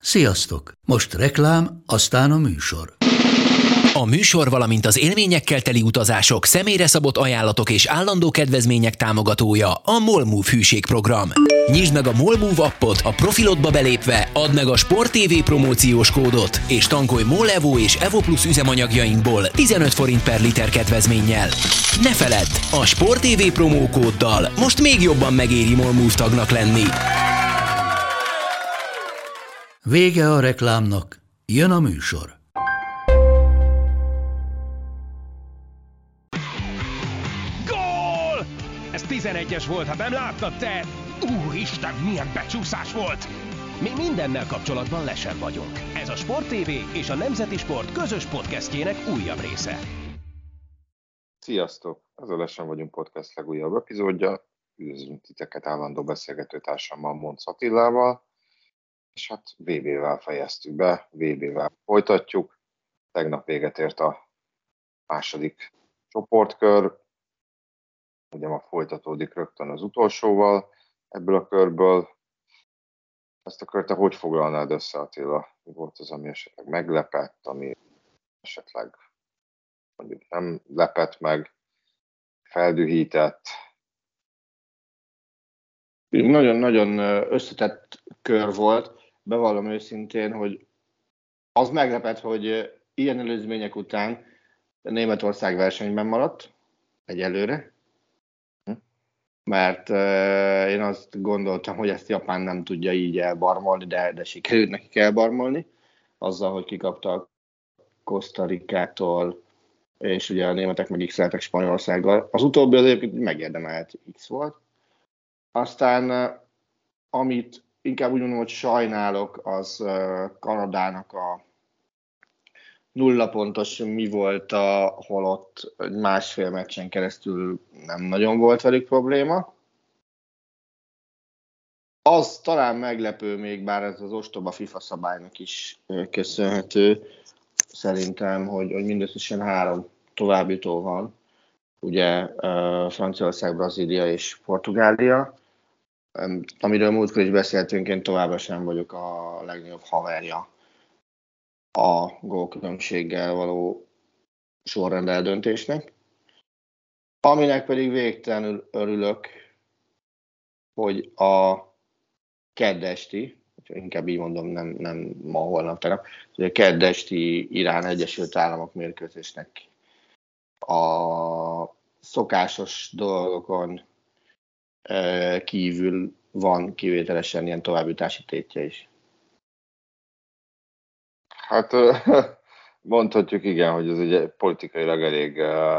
Sziasztok! Most reklám, aztán a műsor. A műsor, valamint az élményekkel teli utazások, személyre szabott ajánlatok és állandó kedvezmények támogatója a MOL Move hűségprogram. Nyisd meg a MOL Move appot, a profilodba belépve, add meg a Sport TV promóciós kódot, és tankolj MOL Evo és Evo Plus üzemanyagjainkból 15 forint per liter kedvezménnyel. Ne feledd, a Sport TV promókóddal most még jobban megéri MOL Move tagnak lenni. Vége a reklámnak, jön a műsor. Gól! Ez 11-es volt, ha nem láttad te! Úristen, milyen becsúszás volt! Mi mindennel kapcsolatban lesen vagyunk. Ez a Sport TV és a Nemzeti Sport közös podcastjének újabb része. Sziasztok! Ez a Lesen vagyunk podcast legújabb epizódja. Üdvözlünk titeket állandó beszélgetőtársammal, Monc Attilával. És hát VB-vel fejeztük be, VB-vel folytatjuk. Tegnap véget ért a második csoportkör. Ugye ma folytatódik rögtön az utolsóval ebből a körből. Ezt a kört te hogy foglalnád össze, Attila? Mi volt az, ami esetleg meglepett, ami esetleg mondjuk nem lepett meg, feldühített? Nagyon-nagyon összetett kör volt. Bevallom őszintén, hogy az meglepett, hogy ilyen előzmények után Németország versenyben maradt egyelőre, mert én azt gondoltam, hogy ezt Japán nem tudja így elbarmolni, de sikerült nekik elbarmolni, azzal, hogy kikapta a Costa Ricától, és ugye a németek meg x-eltek Spanyolországgal. Az utóbbi azért megérdemelt X volt. Aztán amit inkább úgy mondom, hogy sajnálok, az Kanadának a 0 pontos mi volt, holott másfél meccsen keresztül nem nagyon volt velük probléma. Az talán meglepő még, bár ez az ostoba FIFA szabálynak is köszönhető, szerintem, hogy mindösszesen 3 továbbjutó van. Ugye Franciaország, Brazília és Portugália. Amiről múltkor is beszéltünk, én továbbra sem vagyok a legnagyobb haverja a gólkülönbséggel való sorrend eldöntésnek. Aminek pedig végtelenül örülök, hogy a keddesti, inkább így mondom, nem ma, holnap, tegnap, hogy a keddesti Irán Egyesült Államok mérkőzésnek a szokásos dolgokon kívül van kivételesen ilyen továbbjutási tétje is. Hát mondhatjuk igen, hogy ez ugye politikailag elég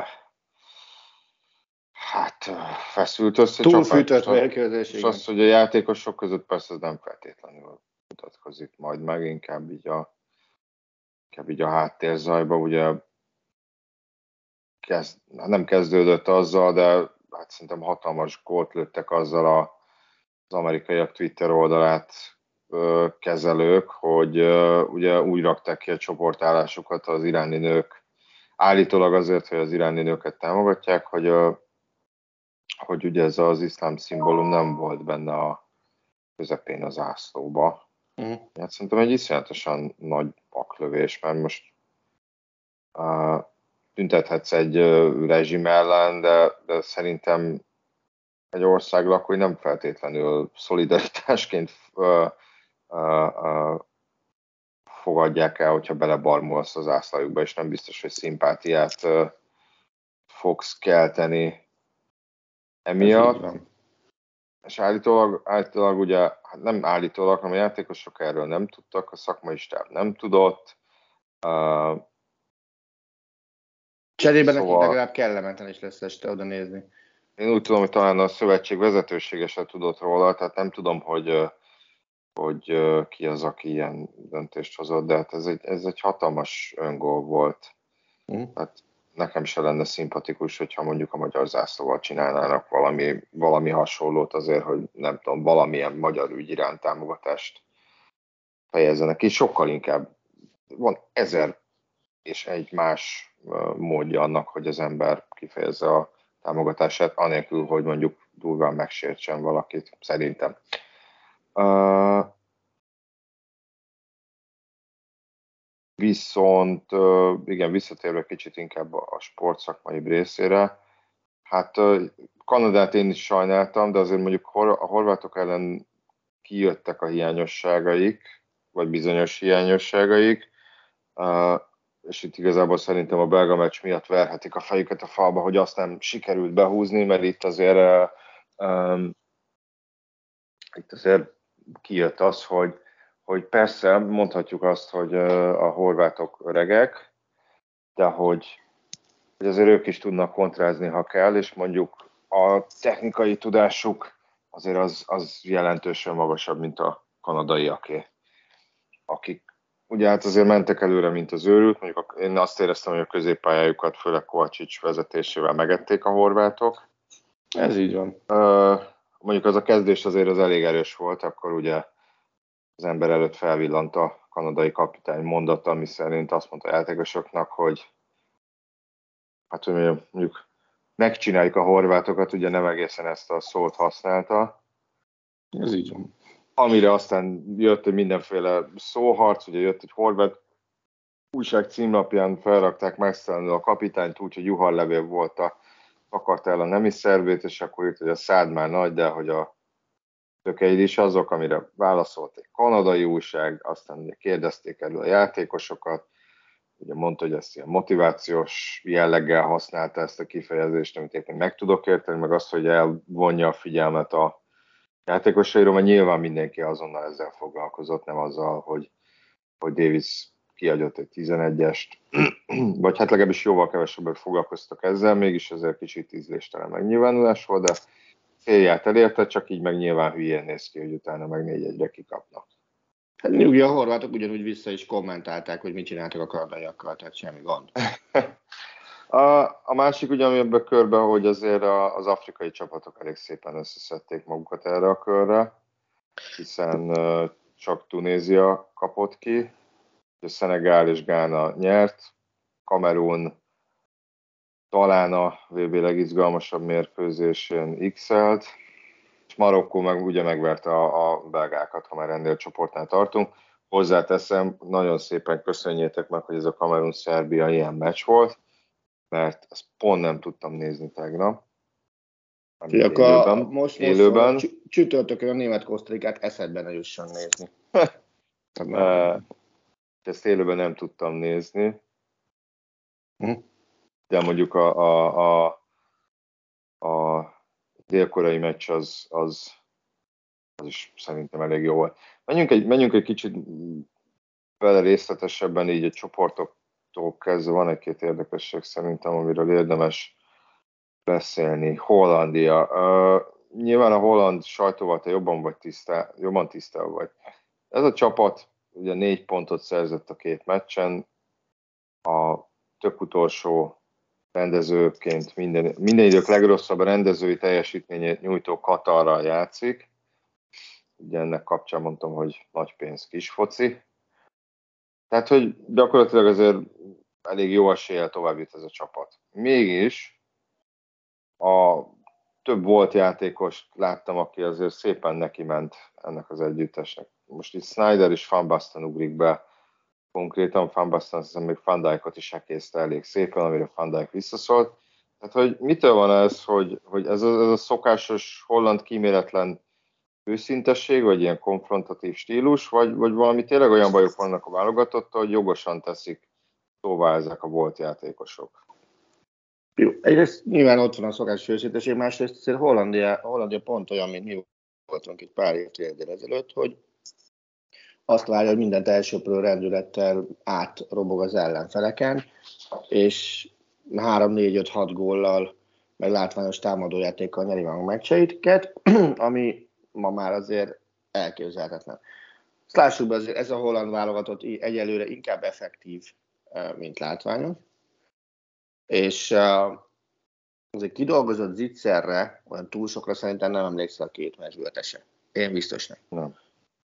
feszült összecsapás. Túlfűtött mérkőzés, és azt, hogy a játékosok között persze ez nem feltétlenül mutatkozik majd meg, inkább így a háttérzajba, ugye nem kezdődött azzal, de hát szerintem hatalmas gólt lőttek azzal az amerikaiak Twitter oldalát kezelők, hogy ugye úgy rakták ki a csoportállásukat az iráni nők, állítólag azért, hogy az iráni nőket támogatják, hogy ugye ez az iszlám szimbólum nem volt benne a közepén az zászlóba. Hát szerintem egy iszonyatosan nagy paklövés, mert most tüntethetsz egy rezsim ellen, de szerintem egy ország lakói nem feltétlenül szolidaritásként fogadják el, hogyha belebarmolsz az ászlajukba, és nem biztos, hogy szimpátiát fogsz kelteni emiatt. És állítólag ugye, hát nem állítólag, hanem a játékosok erről nem tudtak, a szakmai stáb nem tudott. Cserében nekik legalább kellemetlen is lesz este oda nézni. Én úgy tudom, hogy talán a szövetség vezetősége se tudott róla, tehát nem tudom, hogy ki az, aki ilyen döntést hozott, de hát ez egy hatalmas öngól volt. Hát nekem se lenne szimpatikus, hogyha mondjuk a magyar zászlóval csinálnának valami hasonlót azért, hogy nem tudom, valamilyen magyar ügy iránt támogatást fejezzenek ki. Sokkal inkább van 1000 és egy más módja annak, hogy az ember kifejezze a támogatását, anélkül, hogy mondjuk durván megsértsen valakit, szerintem. Viszont igen, visszatérve kicsit inkább a sportszakmai részére, hát Kanadát én is sajnáltam, de azért mondjuk a horvátok ellen kijöttek a hiányosságaik, vagy bizonyos hiányosságaik, és itt igazából szerintem a belga meccs miatt verhetik a fejüket a falba, hogy azt nem sikerült behúzni, mert itt azért kijött az, hogy persze mondhatjuk azt, hogy a horvátok öregek, de hogy azért ők is tudnak kontrázni, ha kell, és mondjuk a technikai tudásuk azért az jelentősen magasabb, mint a kanadaiaké, akik ugye hát azért mentek előre, mint az őrült. Mondjuk én azt éreztem, hogy a középpályájukat, főleg Kovácsics vezetésével megették a horvátok. Ez így van. Mondjuk az a kezdés azért az elég erős volt, akkor ugye az ember előtt felvillant a kanadai kapitány mondata, ami szerint azt mondta a játékosoknak, hogy hát hogy mondjuk megcsináljuk a horvátokat, ugye nem egészen ezt a szót használta. Ez így van. Amire aztán jött egy mindenféle szóharc, ugye jött egy horvát újság címlapján, felrakták mesztelenül a kapitányt úgy, hogy juharlevél volt akarta el a nemi szervét, és akkor írt, hogy a szád már nagy, de hogy a tökeid is azok, amire válaszolt egy kanadai újság, aztán ugye kérdezték elő a játékosokat, ugye mondta, hogy ezt ilyen motivációs jelleggel használta ezt a kifejezést, amit éppen meg tudok érteni, meg azt, hogy elvonja a figyelmet a játékosairól, mert nyilván mindenki azonnal ezzel foglalkozott, nem azzal, hogy Davis kiadott egy 11-est, vagy hát legalábbis jóval kevesebbet foglalkoztak ezzel, mégis ezért kicsit ízléstelen megnyilvánulás volt, de célját elérte, csak így meg nyilván hülyén néz ki, hogy utána meg 4-1-re kikapnak. Hát nyugi, a horvátok ugyanúgy vissza is kommentálták, hogy mit csináltak a kanadaiakkal, tehát semmi gond. A másik ugye, ami ebben körbe, hogy azért az afrikai csapatok elég szépen összeszedték magukat erre a körre, hiszen csak Tunézia kapott ki, a Szenegál és Gána nyert, Kamerun talán a VB legizgalmasabb mérkőzésén x-elt, és Marokkó meg ugye megverte a belgákat, ha már ennél csoportnál tartunk. Hozzáteszem, nagyon szépen köszönjétek meg, hogy ez a Kamerun-Szerbia ilyen meccs volt, mert ezt pont nem tudtam nézni tegnap. Élőben. Csütörtökön a német-Kosztarikát eszedbe ne jusson nézni. Ezt élőben nem tudtam nézni. De mondjuk a dél-koreai meccs az is szerintem elég jó volt. Menjünk egy kicsit vele részletesebben, így a csoportoktól kezdve van egy-két érdekesség szerintem, amiről érdemes beszélni. Hollandia. Nyilván a holland sajtóval te jobban tisztában vagy. Ez a csapat ugye 4 pontot szerzett a 2 meccsen, a tök utolsó rendezőként minden idők legrosszabb rendezői teljesítményét nyújtó Katarral játszik. Ugye ennek kapcsán mondtam, hogy nagy pénz, kis foci. Tehát, hogy gyakorlatilag azért elég jó eséllyel tovább jut ez a csapat. Mégis a több volt játékos láttam, aki azért szépen neki ment ennek az együttesnek. Most itt Snyder és Van Basten ugrik be konkrétan, Van Basten azt hiszem még Van Dijkot is ekészte elég szépen, amire Van Dijk visszaszólt. Tehát, hogy mitől van ez, hogy ez a szokásos holland kíméletlen őszintesség, vagy ilyen konfrontatív stílus, vagy valami tényleg olyan bajok vannak a válogatottal, hogy jogosan teszik szóvá ezek a volt játékosok? Jó, egyrészt nyilván ott van a szokásos őszintesség, másrészt azért Hollandia pont olyan, mint mi voltunk itt pár évtizedel ezelőtt, hogy azt várja, hogy mindent elsőprő rendülettel átrobog az ellenfeleken, és 3-4-5-6 góllal, meg látványos támadójátékkal nyeri meg a meccseiket, ami ma már azért elképzelhetetlen. Ezt lássuk be, azért ez a holland válogatott egyelőre inkább effektív, mint látványos. És azért kidolgozott zicserre, olyan túl sokra szerintem nem emlékszel a 2 meccsből te se. Én biztos nem.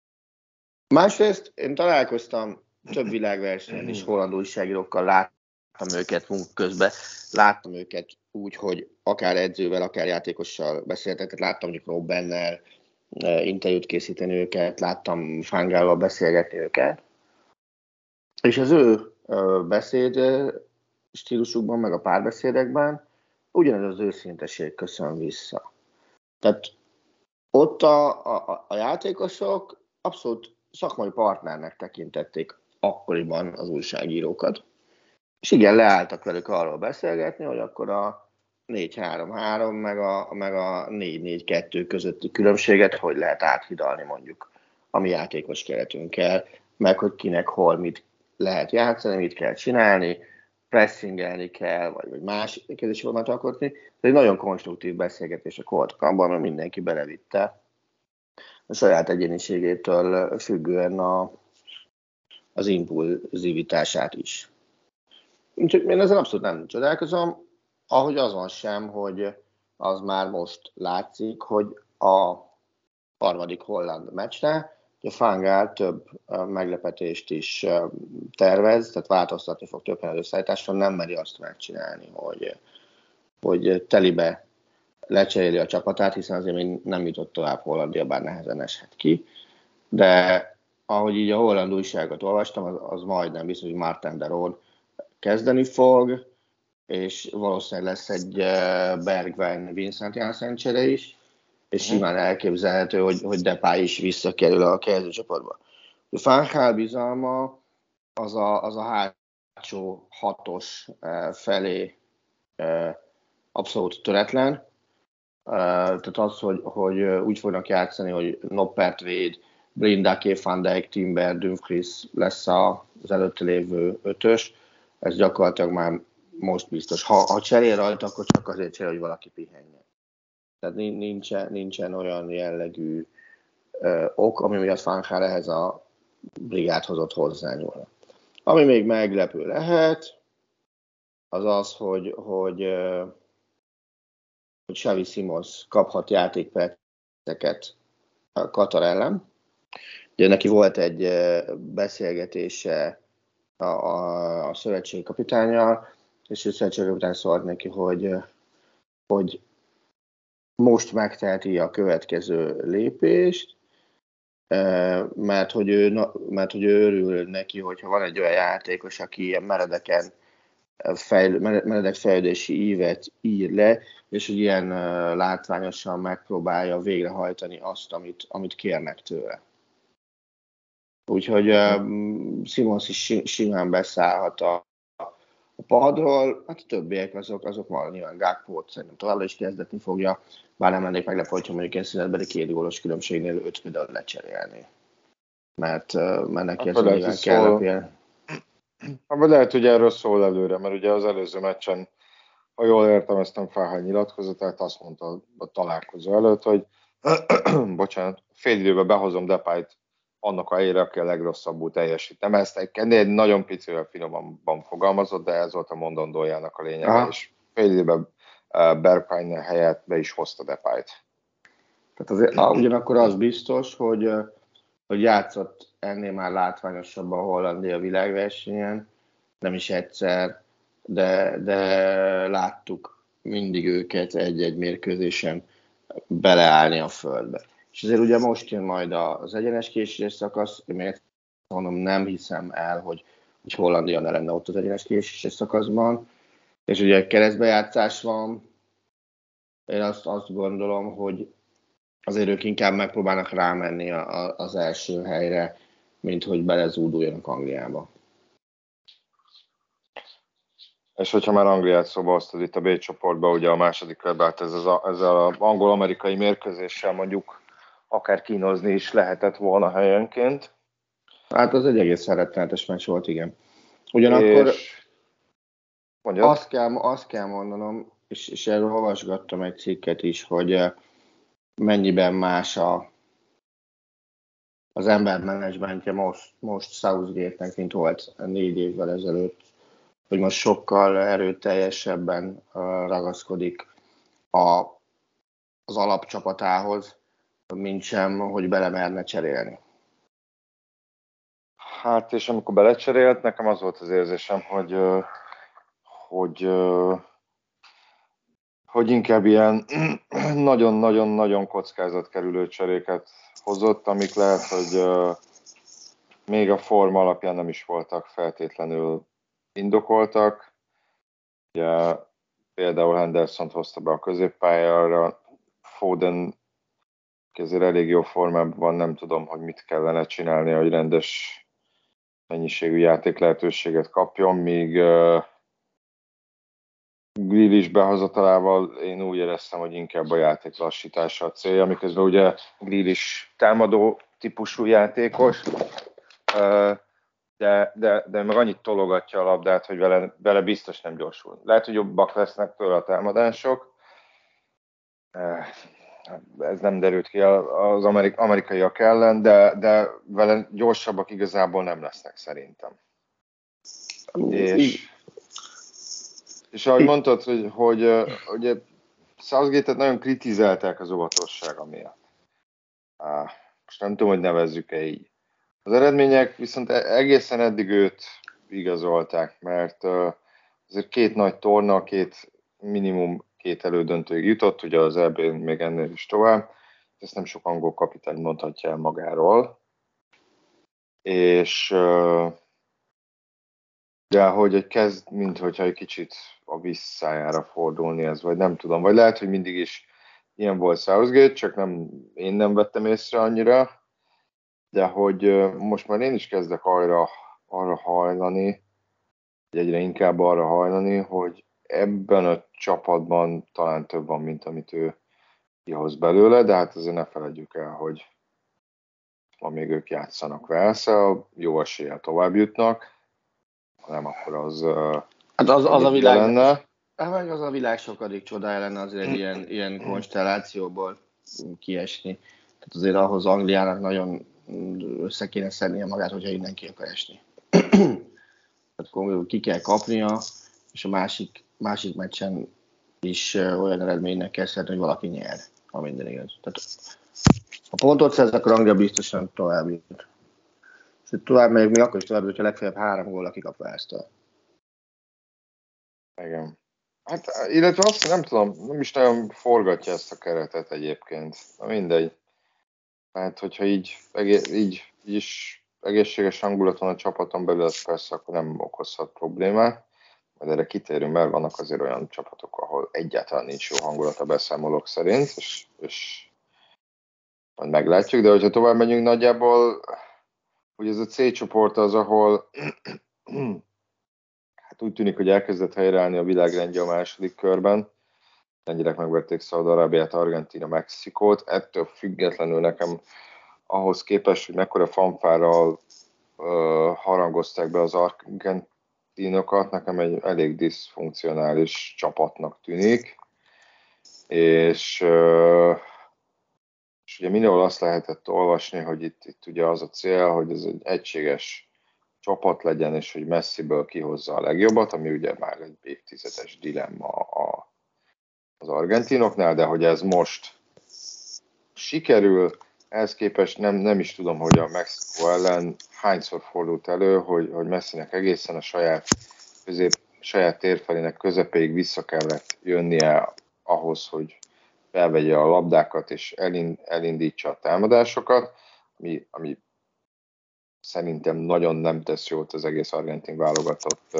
Másrészt én találkoztam több világversenyen is holland újságírókkal, láttam őket munka közben, láttam őket úgy, hogy akár edzővel, akár játékossal beszéltek, tehát láttam mondjuk Robbennel interjút készíteni őket, láttam Fangállal beszélgetni őket. És az ő beszéd stílusukban, meg a párbeszédekben ugyanez az őszinteség köszön vissza. Tehát ott a játékosok abszolút szakmai partnernek tekintették akkoriban az újságírókat. És igen, leálltak velük arról beszélgetni, hogy akkor a 4-3-3 meg a 4-4-2 közötti különbséget hogy lehet áthidalni mondjuk a mi játékos keretünkkel, meg hogy kinek hol mit lehet játszani, mit kell csinálni, pressingelni kell, vagy más kérdési formát alkotni. De egy nagyon konstruktív beszélgetések voltak abban, mert mindenki belevitte a saját egyéniségétől függően az impulzivitását is. Úgyhogy én ezzel abszolút nem csodálkozom, ahogy azon sem, hogy az már most látszik, hogy a harmadik holland meccsre a Van Gaal több meglepetést is tervez, tehát változtatni fog több előszállításon, nem meri azt megcsinálni, hogy telibe lecseréli a csapatát, hiszen azért még nem jutott tovább Hollandia, bár nehezen eshet ki. De ahogy így a holland újságot olvastam, az majdnem biztos, hogy Martin de Roon kezdeni fog, és valószínűleg lesz egy Bergwijn Vincent Janssen csere is, és simán elképzelhető, hogy Depay is visszakerül a kezdőcsoportba. A Van Gaal bizalma az a hátsó hatos felé abszolút töretlen. Tehát az, hogy úgy fognak játszani, hogy Noppert véd, Brindake, Van Dijk, Timber, Dumfries lesz az előtte lévő ötös, ez gyakorlatilag már most biztos. Ha cserél rajta, akkor csak azért cserél, hogy valaki pihenjen. Tehát nincsen olyan jellegű ok, ami miatt Van Gaal ehhez a brigádhoz hozzányúlna. Ami még meglepő lehet, az az, hogy Xavi Simons kaphat játékperceket a Katar ellen. Ugye neki volt egy beszélgetése a szövetségi kapitánnyal, és a szövetségi kapitány szólt neki, hogy most megteheti a következő lépést, mert hogy ő örül neki, hogyha van egy olyan játékos, aki ilyen meredek fejlődési ívet ír le, és hogy ilyen látványosan megpróbálja végrehajtani azt, amit kérnek tőle. Úgyhogy Simons is simán beszállhat a padról, hát a többiek azok valami nyilván Gakpót szerintem továbbra is kezdetni fogja, bár nem lennék meglepő, hogyha mondjuk ilyen szünetbeli 2 gólos különbségnél 5 például lecserélni. Mert neki ez nyilván kell. Vagy lehet, hogy erről szól előre, mert ugye az előző meccsen, ha jól értelmeztem Fáhány nyilatkozatát, azt mondta a találkozó előtt, hogy fél időben behozom Depayt annak a helyére, aki a legrosszabbul teljesít. Nem ezt egy nagyon picivel finomabban fogalmazott, de ez volt a mondandójának a lényege, aha. És fél időben Bergwijn helyett be is hozta Depayt. Tehát azért, ugyanakkor az biztos, hogy játszott ennél már látványosabban a Hollandia világversenyen, nem is egyszer, de láttuk mindig őket egy-egy mérkőzésen beleállni a földbe. És azért ugye most jön majd az egyenes késés szakasz, én még mondom, nem hiszem el, hogy Hollandia ne lenne ott az egyenes késés szakaszban, és ugye keresztbejátszás van, én azt gondolom, hogy azért ők inkább megpróbálnak rámenni az első helyre, mint hogy belezúduljanak Angliába. És hogyha már Angliát szóba hoztad itt a B csoportba, ugye a második körben, ezzel az angol-amerikai mérkőzéssel mondjuk akár kínozni is lehetett volna helyenként. Hát az egy egész rettenetes meccs volt, igen. Ugyanakkor azt kell mondanom, és erről olvasgattam egy cikket is, hogy mennyiben más az embermenedzsmentje most Southgate-nek, mint volt 4 évvel ezelőtt, hogy most sokkal erőteljesebben ragaszkodik az alapcsapatához, mint sem, hogy belemerne cserélni. Hát, és amikor belecserélt, nekem az volt az érzésem, hogy inkább ilyen nagyon-nagyon-nagyon kockázatkerülő cseréket hozott, amik lehet, hogy még a forma alapján nem is voltak feltétlenül indokoltak. Ugye, például Henderson-t hozta be a középpályára, Foden ezért elég jó formában van, nem tudom, hogy mit kellene csinálni, hogy rendes mennyiségű játék lehetőséget kapjon, míg Grealish behozatalával én úgy éreztem, hogy inkább a játék lassítása a célja, miközben ugye Grealish támadó típusú játékos, de meg annyit tologatja a labdát, hogy vele biztos nem gyorsul. Lehet, hogy jobbak lesznek tőle a támadások, ez nem derült ki az amerikaiak ellen, de vele gyorsabbak igazából nem lesznek szerintem. És ahogy mondtad, hogy Southgate-et nagyon kritizálták az óvatossága miatt. Most nem tudom, hogy nevezzük-e így. Az eredmények viszont egészen eddig őt igazolták, mert azért 2 nagy torna, minimum 2 elődöntőig jutott, ugye az EB-n még ennél is tovább. Ezt nem sok angol kapitány mondhatja el magáról. És de hogy kezd, minthogyha egy kicsit a visszájára fordulni ez, vagy nem tudom. Vagy lehet, hogy mindig is ilyen volt Southgate, csak én nem vettem észre annyira, de hogy most már én is kezdek arra hajlani, egyre inkább arra hajlani, hogy ebben a csapatban talán több van, mint amit ő kihoz belőle, de hát azért ne feledjük el, hogy ma még ők játszanak Walesszel, jó eséllyel tovább jutnak, hanem akkor az a világ lenne. Hát az a világ sokadik csodája lenne azért egy ilyen konstellációból kiesni. Tehát azért ahhoz Angliának nagyon össze kéne szednie magát, hogyha innen ki akar esni. Tehát ki kell kapnia, és a másik meccsen is olyan eredménynek kell szedni, hogy valaki nyer, ha minden igaz. Tehát ha pontot szerez, akkor Anglia biztosan tovább jut. És tovább megyünk, még akkor is tovább, hogyha legfeljebb 3 gól, aki kap Walestől. Igen. Hát, illetve azt nem tudom, nem is nagyon forgatja ezt a keretet egyébként. Na mindegy. Hát, hogyha így is egészséges hangulaton a csapaton belül, az persze akkor nem okozhat problémát. Majd erre kitérünk, mert vannak azért olyan csapatok, ahol egyáltalán nincs jó hangulat a beszámolók szerint, és majd meglátjuk, de hogyha tovább megyünk nagyjából, hogy ez a C csoport az, ahol hát úgy tűnik, hogy elkezdett helyreállni a világrendje a második körben. Lengyelek megverték Szaúd-Arábiát, Argentína, Mexikót. Ettől függetlenül nekem ahhoz képest, hogy mekkora fanfárral harangozták be az argentinokat, nekem egy elég diszfunkcionális csapatnak tűnik. És ugye mindenhol azt lehetett olvasni, hogy itt ugye az a cél, hogy ez egy egységes csapat legyen, és hogy Messiből kihozza a legjobbat, ami ugye már egy évtizedes dilemma az argentinoknál, de hogy ez most sikerül, ehhez képest nem is tudom, hogy a Mexikó ellen hányszor fordult elő, hogy Messinek egészen a saját térfelének közepéig vissza kellett jönnie ahhoz, hogy felvegye a labdákat és elindítsa a támadásokat, ami szerintem nagyon nem tesz jót az egész argentin válogatott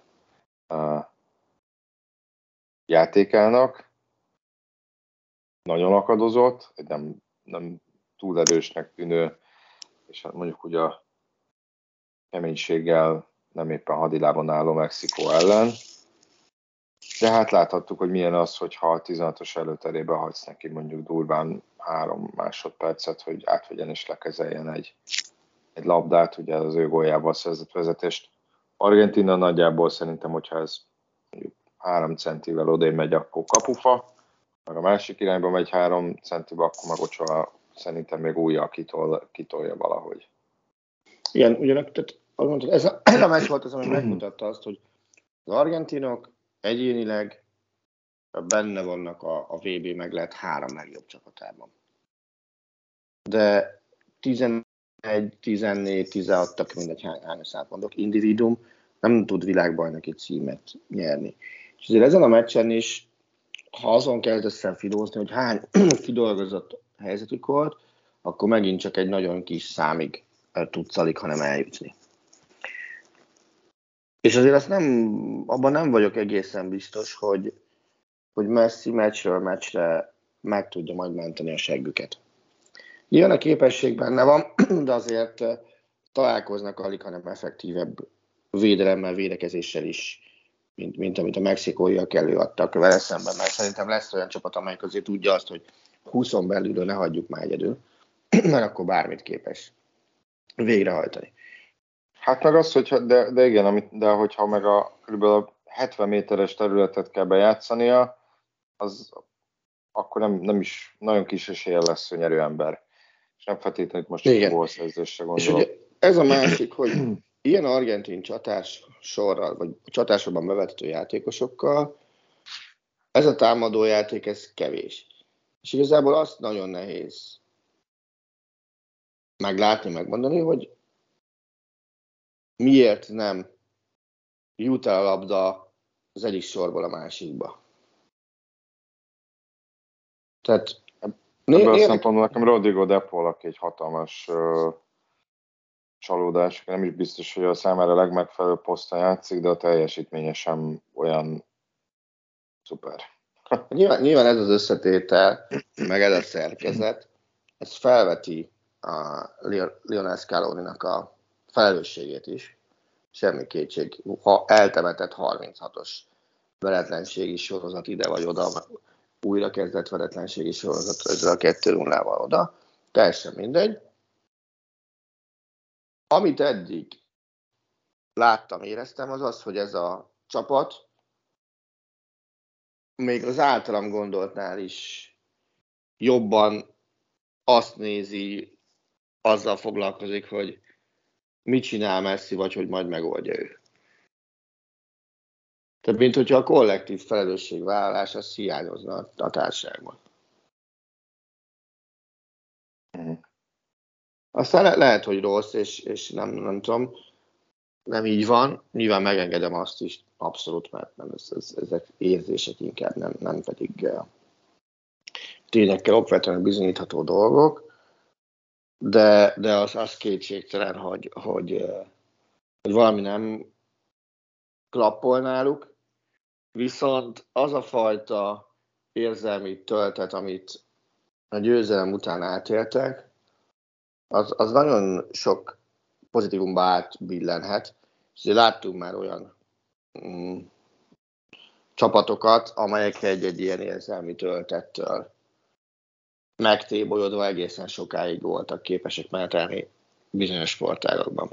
játékának. Nagyon akadozott, nem túl erősnek tűnő, és hát mondjuk ugye a keménységgel nem éppen hadilábon álló Mexikó ellen. De hát láthattuk, hogy milyen az, hogyha a 16-os előterébe hagysz neki mondjuk durván 3 másodpercet, hogy átvegyen és lekezeljen egy labdát, ugye az ő góljával szerzett vezetést. Argentína nagyjából szerintem, hogyha ez mondjuk 3 centivel odébb megy, akkor kapufa, meg a másik irányba megy 3 centivel, akkor meg Ochoa szerintem még újjal kitolja valahogy. Igen, ugyanak, tehát ez a meccs volt az, ami megmutatta azt, hogy az argentinok egyénileg benne vannak a VB meg lehet 3 legjobb csapatában. De 11, 14, 16, tök mindegy hányos számpontok, individuum nem tud világbajnoki címet nyerni. És azért ezen a meccsen is, ha azon kezdesz el filózni, hogy hány kidolgozott helyzetük volt, akkor megint csak egy nagyon kis számig tudsz alig, hanem eljutni. És azért azt abban nem vagyok egészen biztos, hogy Messi meccsről meccsre meg tudja majd menteni a seggüket. Nyilván a képesség benne van, de azért találkoznak alig, hanem effektívebb védelemmel, védekezéssel is, mint amit a mexikóiak előadtak vele szemben, mert szerintem lesz olyan csapat, amelyik azért tudja azt, hogy 20-on belülről ne hagyjuk már egyedül, mert akkor bármit képes végrehajtani. Hát meg az, hogyha, de igen, de hogyha meg kb. 70 méteres területet kell bejátszania, az akkor nem is nagyon kis esélye lesz, hogy nyerő ember. És nem feltétlenül most csak gólszerzésre gondolok. És ugye ez a másik, hogy ilyen argentin csatás sorral, vagy csatásokban bevetető játékosokkal, ez a támadójáték, ez kevés. És igazából azt nagyon nehéz meglátni, megmondani, hogy miért nem jut el a labda az egyik sorból a másikba. Tehát ebből a szempontból nekem Rodrigo de Paul, aki egy hatalmas csalódás. Nem is biztos, hogy a számára a legmegfelelőbb poszton játszik, de a teljesítménye sem olyan szuper. Nyilván ez az összetétel, meg ez a szerkezet, ez felveti a Lionel Scaloninak a felelősségét is. Semmi kétség. Ha eltemetett 36-os veretlenségi sorozat ide vagy oda, újra kezdett veretlenségi sorozat ezzel a 2-0-val oda, teljesen mindegy. Amit eddig láttam, éreztem, az az, hogy ez a csapat még az általam gondoltnál is jobban azt nézi, azzal foglalkozik, hogy mit csinál Messi, vagy hogy majd megoldja ő. Tehát, mint hogyha a kollektív felelősségvállalás az hiányozna a társaságban. Aztán lehet, hogy rossz, és nem tudom, nem így van. Nyilván megengedem azt is, abszolút, mert ezek érzések inkább, nem pedig tényekkel okvetően bizonyítható dolgok. De az kétségtelen, hogy valami nem klappol náluk. Viszont az a fajta érzelmi töltet, amit a győzelem után átéltek, az nagyon sok pozitívumba átbillenhet. És láttunk már olyan csapatokat, amelyek egy ilyen érzelmi töltettől megtébolyodva egészen sokáig voltak képesek menetelni bizonyos sportágokban.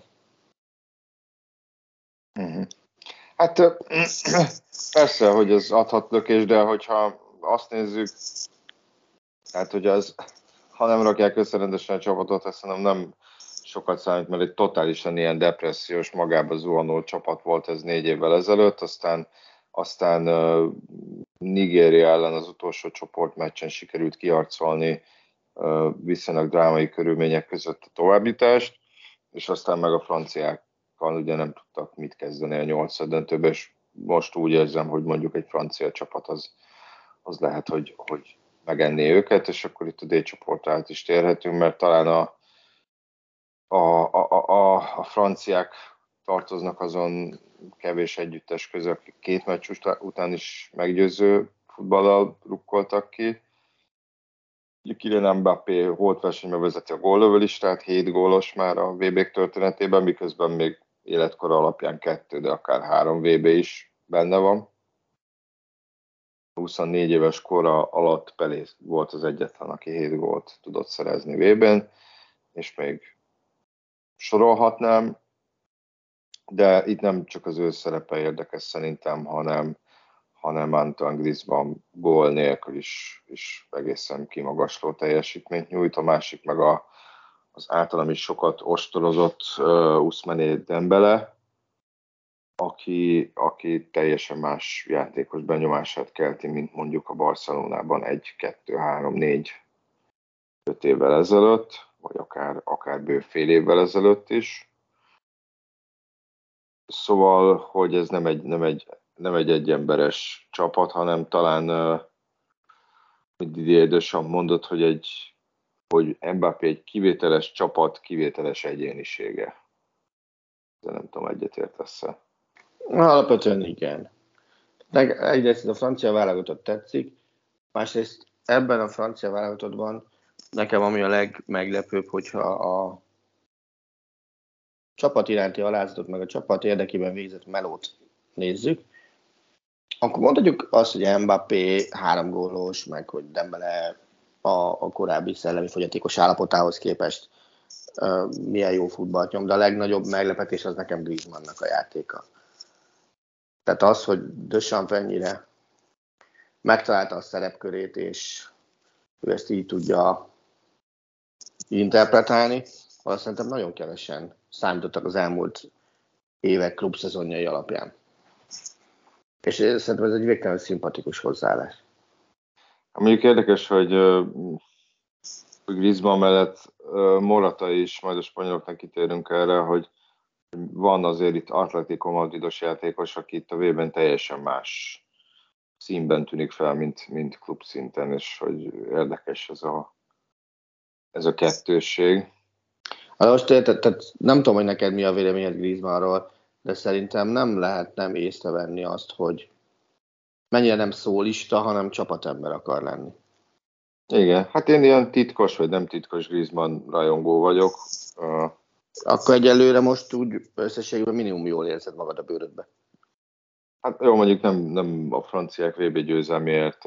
Hát persze, hogy ez adhat lökés, de hogyha azt nézzük, hát hogy ha nem rakják össze rendesen a csapatot, azt nem sokat számít, mert egy totálisan ilyen depressziós, magába zuhanó csapat volt ez 4 évvel ezelőtt, aztán Nigéria ellen az utolsó csoportmeccsen sikerült kiharcolni viszonylag drámai körülmények között a továbbjutást, és aztán meg a franciákkal ugye nem tudtak mit kezdeni a 8. döntőbe, és most úgy érzem, hogy mondjuk egy francia csapat az lehet, hogy megenné őket, és akkor itt a D-csoportra át is térhetünk, mert talán a franciák tartoznak azon kevés együttes közül, akik 2 meccs után is meggyőző futballal rukkoltak ki. Kylian Mbappé volt versenyben vezeti a góllövőlistát, 7 gólos már a VB-k történetében, miközben még életkora alapján 2, de akár 3 VB is benne van. 24 éves kora alatt Pelé volt az egyetlen, aki 7 gólt tudott szerezni VB-n, és még sorolhatnám, de itt nem csak az ő szerepe érdekes szerintem, hanem Antoine Griezmann gól nélkül is egészen kimagasló teljesítményt nyújt. A másik meg az általam is sokat ostorozott Ousmane Dembele, aki teljesen más játékos benyomását kelti, mint mondjuk a Barcelonában 1, 2, 3, 4, 5 évvel ezelőtt, vagy akár bő fél évvel ezelőtt is. Szóval, hogy ez nem egy egyemberes csapat, hanem talán, mint Didier Deschamps mondott, hogy hogy Mbappé egy kivételes csapat, kivételes egyénisége. De nem tudom, egyetértesz-e? Alapvetően igen. Egyrészt a francia válogatott tetszik, másrészt ebben a francia válogatottban nekem ami a legmeglepőbb, hogyha a csapat iránti alázatot, meg a csapat érdekében végzett melót nézzük, akkor mondhatjuk azt, hogy Mbappé 3 gólos, meg hogy Dembele a korábbi szellemi fogyatékos állapotához képest milyen jó futballt nyom, de a legnagyobb meglepetés az nekem Griezmannnak a játéka. Tehát az, hogy Deschamps ennyire megtalálta a szerepkörét, és ő ezt így tudja interpretálni, azt szerintem nagyon kevesen számítottak az elmúlt évek klubszezonjai alapján. És szerintem ez egy végtelenül szimpatikus hozzáállás. Mondjuk érdekes, hogy Griezmann mellett Morata is, majd a spanyoloknak kitérünk erre, hogy van azért itt Atletico Madridos játékos, aki itt a V-ben teljesen más színben tűnik fel, mint klubszinten, és hogy érdekes ez a kettősség. Hát most tehát nem tudom, hogy neked mi a véleményed Griezmannról, de szerintem nem lehet nem észrevenni azt, hogy mennyire nem szólista, hanem csapatember akar lenni. Igen, hát én ilyen titkos vagy nem titkos Griezmann rajongó vagyok. Akkor egyelőre most úgy összességében minimum jól érzed magad a bőrödbe. Hát jó, mondjuk nem a franciák VB győzelméért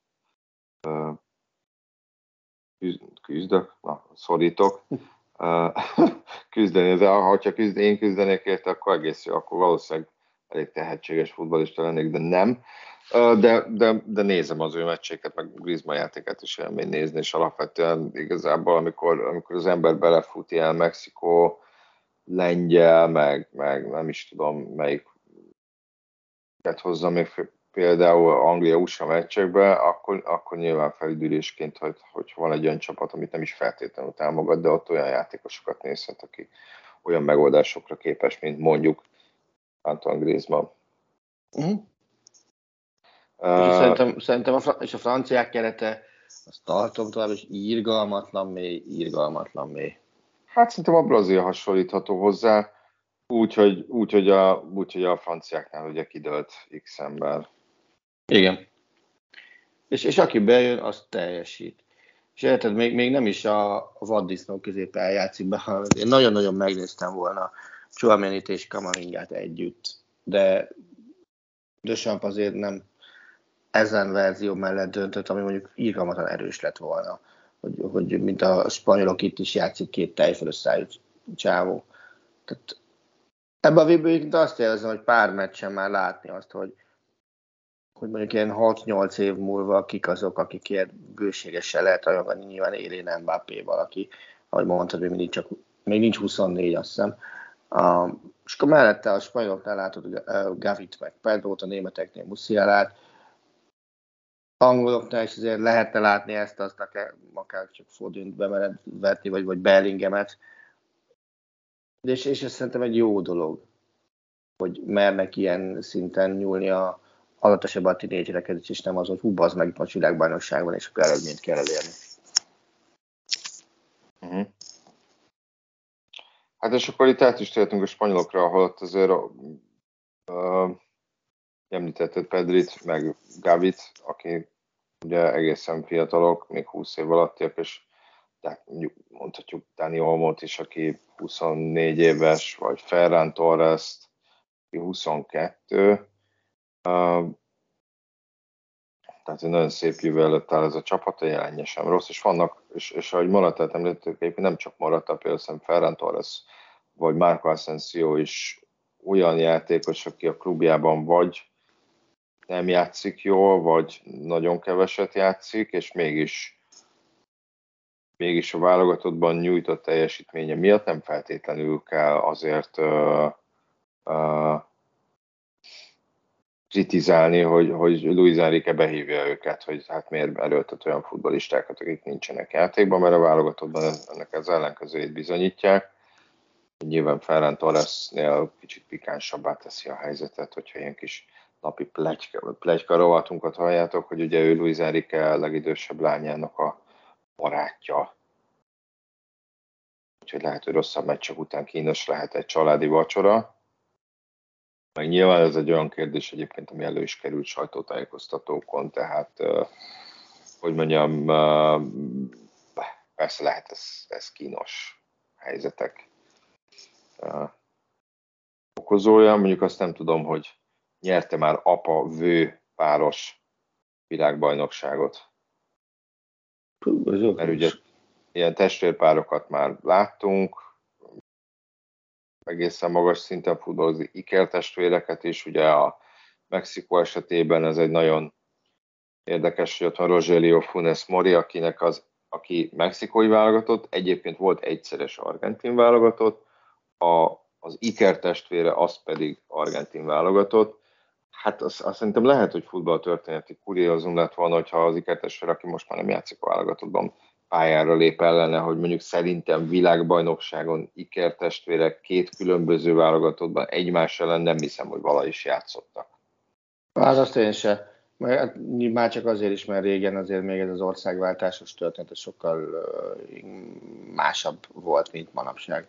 küzdök, szorítok. Küzdeni, de ha én küzdenék érte, akkor egész jó, akkor valószínűleg elég tehetséges futballista lennék, de nem. De nézem az ő meccséket, meg Griezmann játékát is élmény nézni, és alapvetően igazából, amikor az ember belefut ilyen Mexikó, lengyel, meg nem is tudom melyiket hozza még például Anglia-USA meccsekbe, akkor nyilván felüdülésként, hogy van egy olyan csapat, amit nem is feltétlenül támogat, de ott olyan játékosokat nézhet, aki olyan megoldásokra képes, mint mondjuk Antoine Griezmann. Uh-huh. Szerintem a franciák kerete, azt tartom tovább, és irgalmatlan mély. Hát szerintem a Brazil hasonlítható hozzá, úgyhogy a franciáknál ugye kidőlt X ember. Igen. És aki bejön, az teljesít. És érted, még nem is a vaddisznó középen játszik be, hanem én nagyon-nagyon megnéztem volna Tchouaménit és Kamavingát együtt, de Deschamps azért nem ezen verzió mellett döntött, ami mondjuk irgalmatlan erős lett volna, hogy mint a spanyolok itt is játszik 2 tejfölösszájú csávó. Tehát ebben a VB-ben azt érzem, hogy pár meccsen már látni azt, hogy mondjuk ilyen 6-8 év múlva kik azok, akikért bőségesen lehet rajongani, nyilván élén Mbappé-val, aki, ahogy mondtad, még nincs 24, azt hiszem. És akkor mellette a spanyoloknál látod, hogy Gavit meg Pedrót, a németeknél Musialát, angoloknál is azért lehetne látni ezt, azt akár csak Fodint bemered vetni, vagy Bellinghamet. És ez szerintem egy jó dolog, hogy mernek ilyen szinten nyúlni adott esetben a tínédzsereket, és nem az, hogy bazd meg a világbajnokságban, és akkor eredményt kell elérni. Uh-huh. Hát és akkor itt át is tértünk a spanyolokra, ahol ott azért említetted Pedrit, meg Gavit, aki ugye egészen fiatalok, még 20 év alattiak, és tehát mondhatjuk Dani Olmot is, aki 24 éves, vagy Ferran Torres, aki 22. Tehát egy nagyon szép jövő előtt áll ez a csapat, a jelenje sem rossz, és vannak, és ahogy Moratát említettük, egyébként nem csak Morata, például Ferran Torres, vagy Marco Asensio is olyan játékos, aki a klubjában vagy nem játszik jól, vagy nagyon keveset játszik, és mégis a válogatottban nyújtott teljesítménye miatt nem feltétlenül kell azért kritizálni, hogy Luis Enrique behívja őket, hogy hát miért előttet olyan futballistákat, akik nincsenek játékban, mert a válogatottban ennek az ellenkezőjét bizonyítják. Nyilván Ferran Torresnél kicsit pikánsabbá teszi a helyzetet, hogyha ilyen kis napi pletyka rovatunkat halljátok, hogy ugye ő Luis Enrique legidősebb lányának a barátja. úgyhogy lehet, hogy rosszabb meccsek után kínos lehet egy családi vacsora. Meg nyilván ez egy olyan kérdés egyébként, ami elő is került sajtótájékoztatókon, tehát, hogy mondjam, persze lehet ez kínos helyzetek okozója. Mondjuk azt nem tudom, hogy nyerte már apa-vő páros világbajnokságot. Mert ugye ilyen testvérpárokat már láttunk, egészen magas szinten futballozni ikertestvéreket is, ugye a Mexikó esetében ez egy nagyon érdekes, hogy ott van Rogelio Funes Mori, aki mexikói válogatott, egyébként volt egyszeres argentin válogatott, az ikertestvére az pedig argentin válogatott. Hát azt szerintem lehet, hogy futballtörténeti kuriózum lett volna, hogyha az ikertestvér, aki most már nem játszik a válogatottban, pályára lép ellene, hogy mondjuk szerintem világbajnokságon ikertestvérek két különböző válogatottban egymás ellen nem hiszem, hogy vala is játszottak. Hát azt én se. Már csak azért is, mert régen azért még ez az országváltásos történet sokkal másabb volt, mint manapság.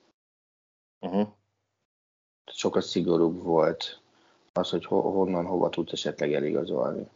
Sokkal szigorúbb volt az, hogy honnan, hova tudsz esetleg eligazolni.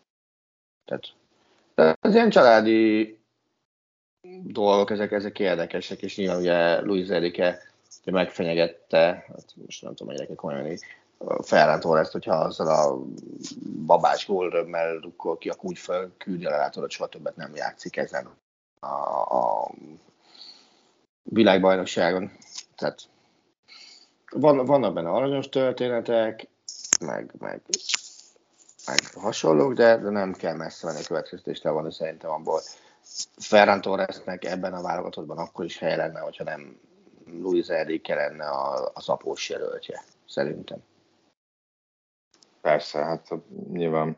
Tehát az ilyen családi dolgok, ezek érdekesek, és nyilván ugye Luis Enrique megfenyegette, hát most nem tudom, hogy komolyan Ferran Torrest, hogyha azzal a babás gólrömmel rukkol ki, akkor úgy felküldi a látod, hogy soha többet nem játszik ezen a világbajnokságon. Tehát vannak benne aranyos történetek, meg hasonlók, de nem kell messze menni a következtetést levonni szerintem abból. Ferran Torresnek ebben a válogatottban akkor is helye lenne, hogyha nem Luis Enrique lenne az após jelöltje, szerintem. Persze, hát nyilván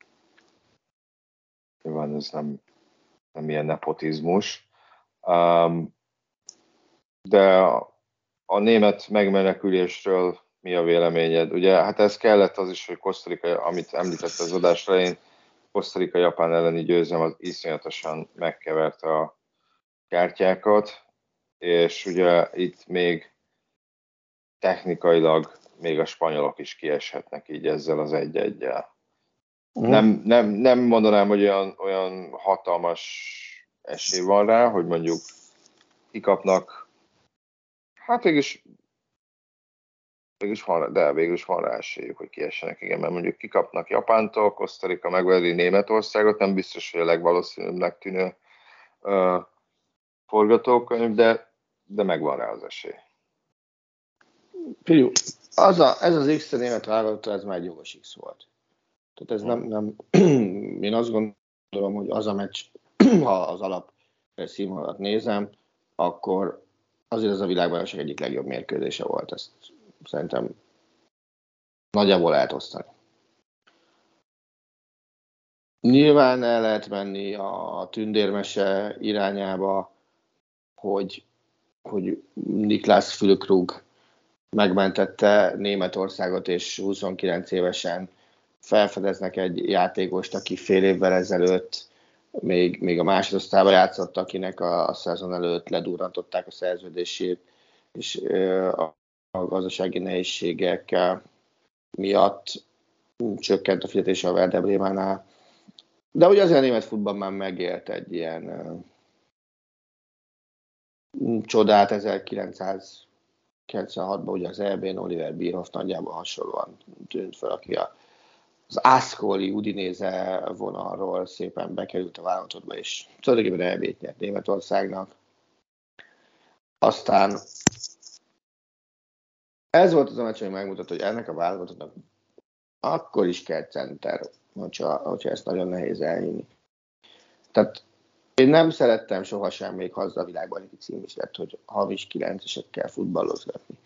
ez nem ilyen nepotizmus. De a német megmenekülésről mi a véleményed? Ugye, hát ez kellett az is, hogy Costa Rica, amit említett az adás elején, Costa Rica-Japán elleni győzelem az iszonyatosan megkeverte a kártyákat, és ugye itt még technikailag még a spanyolok is kieshetnek így ezzel az 1-1-jel. Nem mondanám, hogy olyan hatalmas esély van rá, hogy mondjuk kikapnak, hát végülis van rá esélyük, hogy kiessenek, igen, mert mondjuk kikapnak Japántól, Costa Rica megveri Németországot, nem biztos, hogy a legvalószínűbbnek tűnő forgatókönyv, de megvan rá az esély. Figyelj, ez az X német válogatott, ez már egy jogos X volt. Tehát ez nem én azt gondolom, hogy az a meccs, ha az alap színvonalat nézem, akkor azért ez a világbajnokság egyik legjobb mérkőzése volt. Ezt szerintem nagyjából lehet osztani. Nyilván el lehet menni a tündérmese irányába, hogy Niklas Füllkrug megmentette Németországot, és 29 évesen felfedeznek egy játékost, aki fél évvel ezelőtt még a másodosztályban játszott, akinek a szezon előtt ledurrantották a szerződését, és a gazdasági nehézségek miatt csökkent a fizetése a Werder Bremennál. De ugye azért a német futball már megélt egy ilyen csodát 1996-ban, ugye az EB-n Oliver Bierhoff nagyjából hasonlóan tűnt fel, aki az Ascoli Udinese vonalról szépen bekerült a válogatottba, és tulajdonképpen EB-t nyert Németországnak. Aztán ez volt az a meccs, ami megmutatta, hogy ennek a válogatottnak akkor is kell center, hogyha ezt nagyon nehéz elhinni. Tehát én nem szerettem sohasem, még ha az a világbajnoki cím is lett, hogy havis 9-esekkel futballozgatni.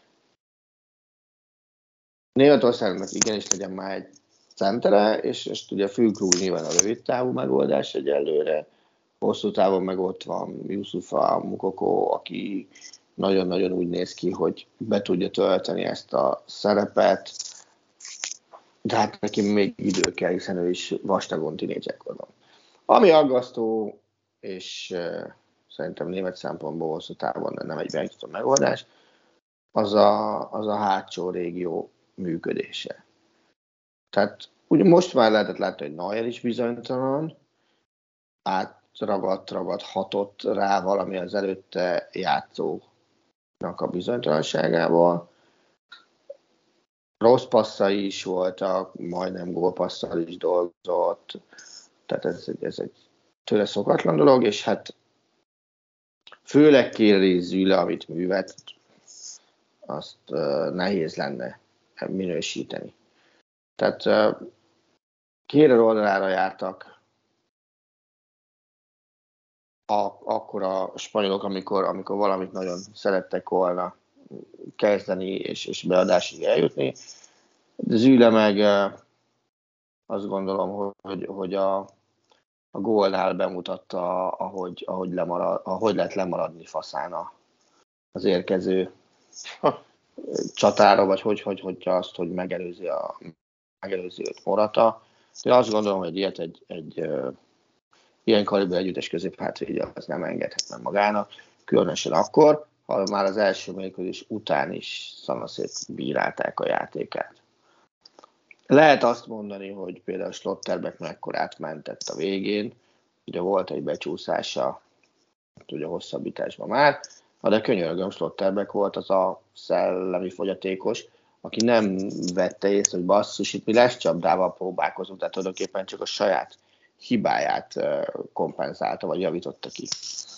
Németországnak igenis legyen már egy centere, és ugye Füllkrug nyilván a rövid távú megoldás egyelőre. Hosszú távon meg ott van Youssoufa Moukoko, aki nagyon-nagyon úgy néz ki, hogy be tudja tölteni ezt a szerepet, de hát neki még idő kell, hiszen ő is vastagon tínédzserkorban. Ami aggasztó, és szerintem német szempontból hosszú távon nem egy megnyugtató megoldás, az a hátsó régió működése. Tehát ugye most már lehetett látni, hogy Neuer is bizonytalan, ragadhatott rá valami az előtte játszónak a bizonytalanságával. Rossz passzai is voltak, majdnem gólpasszal is dolgozott, tehát ez egy tőle szokatlan dolog, és hát főleg Kéré Züle, amit művelt, azt nehéz lenne minősíteni. Tehát Kéré oldalára jártak akkor a spanyolok, amikor valamit nagyon szerettek volna kezdeni és beadásig eljutni. De Züle meg azt gondolom, hogy a gólnál bemutatta, ahogy lehet lemaradni faszán az érkező csatára, vagy hogy azt, hogy megelőzi őt Morata. Én azt gondolom, hogy ilyet egy ilyen kaliber együttes középhátvédje az nem engedhet meg magának, különösen akkor, ha már az első mérkőzés után is szanaszét bírálták a játékát. Lehet azt mondani, hogy például Schlotterbeck mekkorát mentett a végén, ugye volt egy becsúszása ugye hosszabbításban már, de könyörgöm, Schlotterbeck volt az a szellemi fogyatékos, aki nem vette észre, hogy basszus, itt mi lesz csapdával próbálkozunk, tehát tulajdonképpen csak a saját hibáját kompenzálta, vagy javította ki.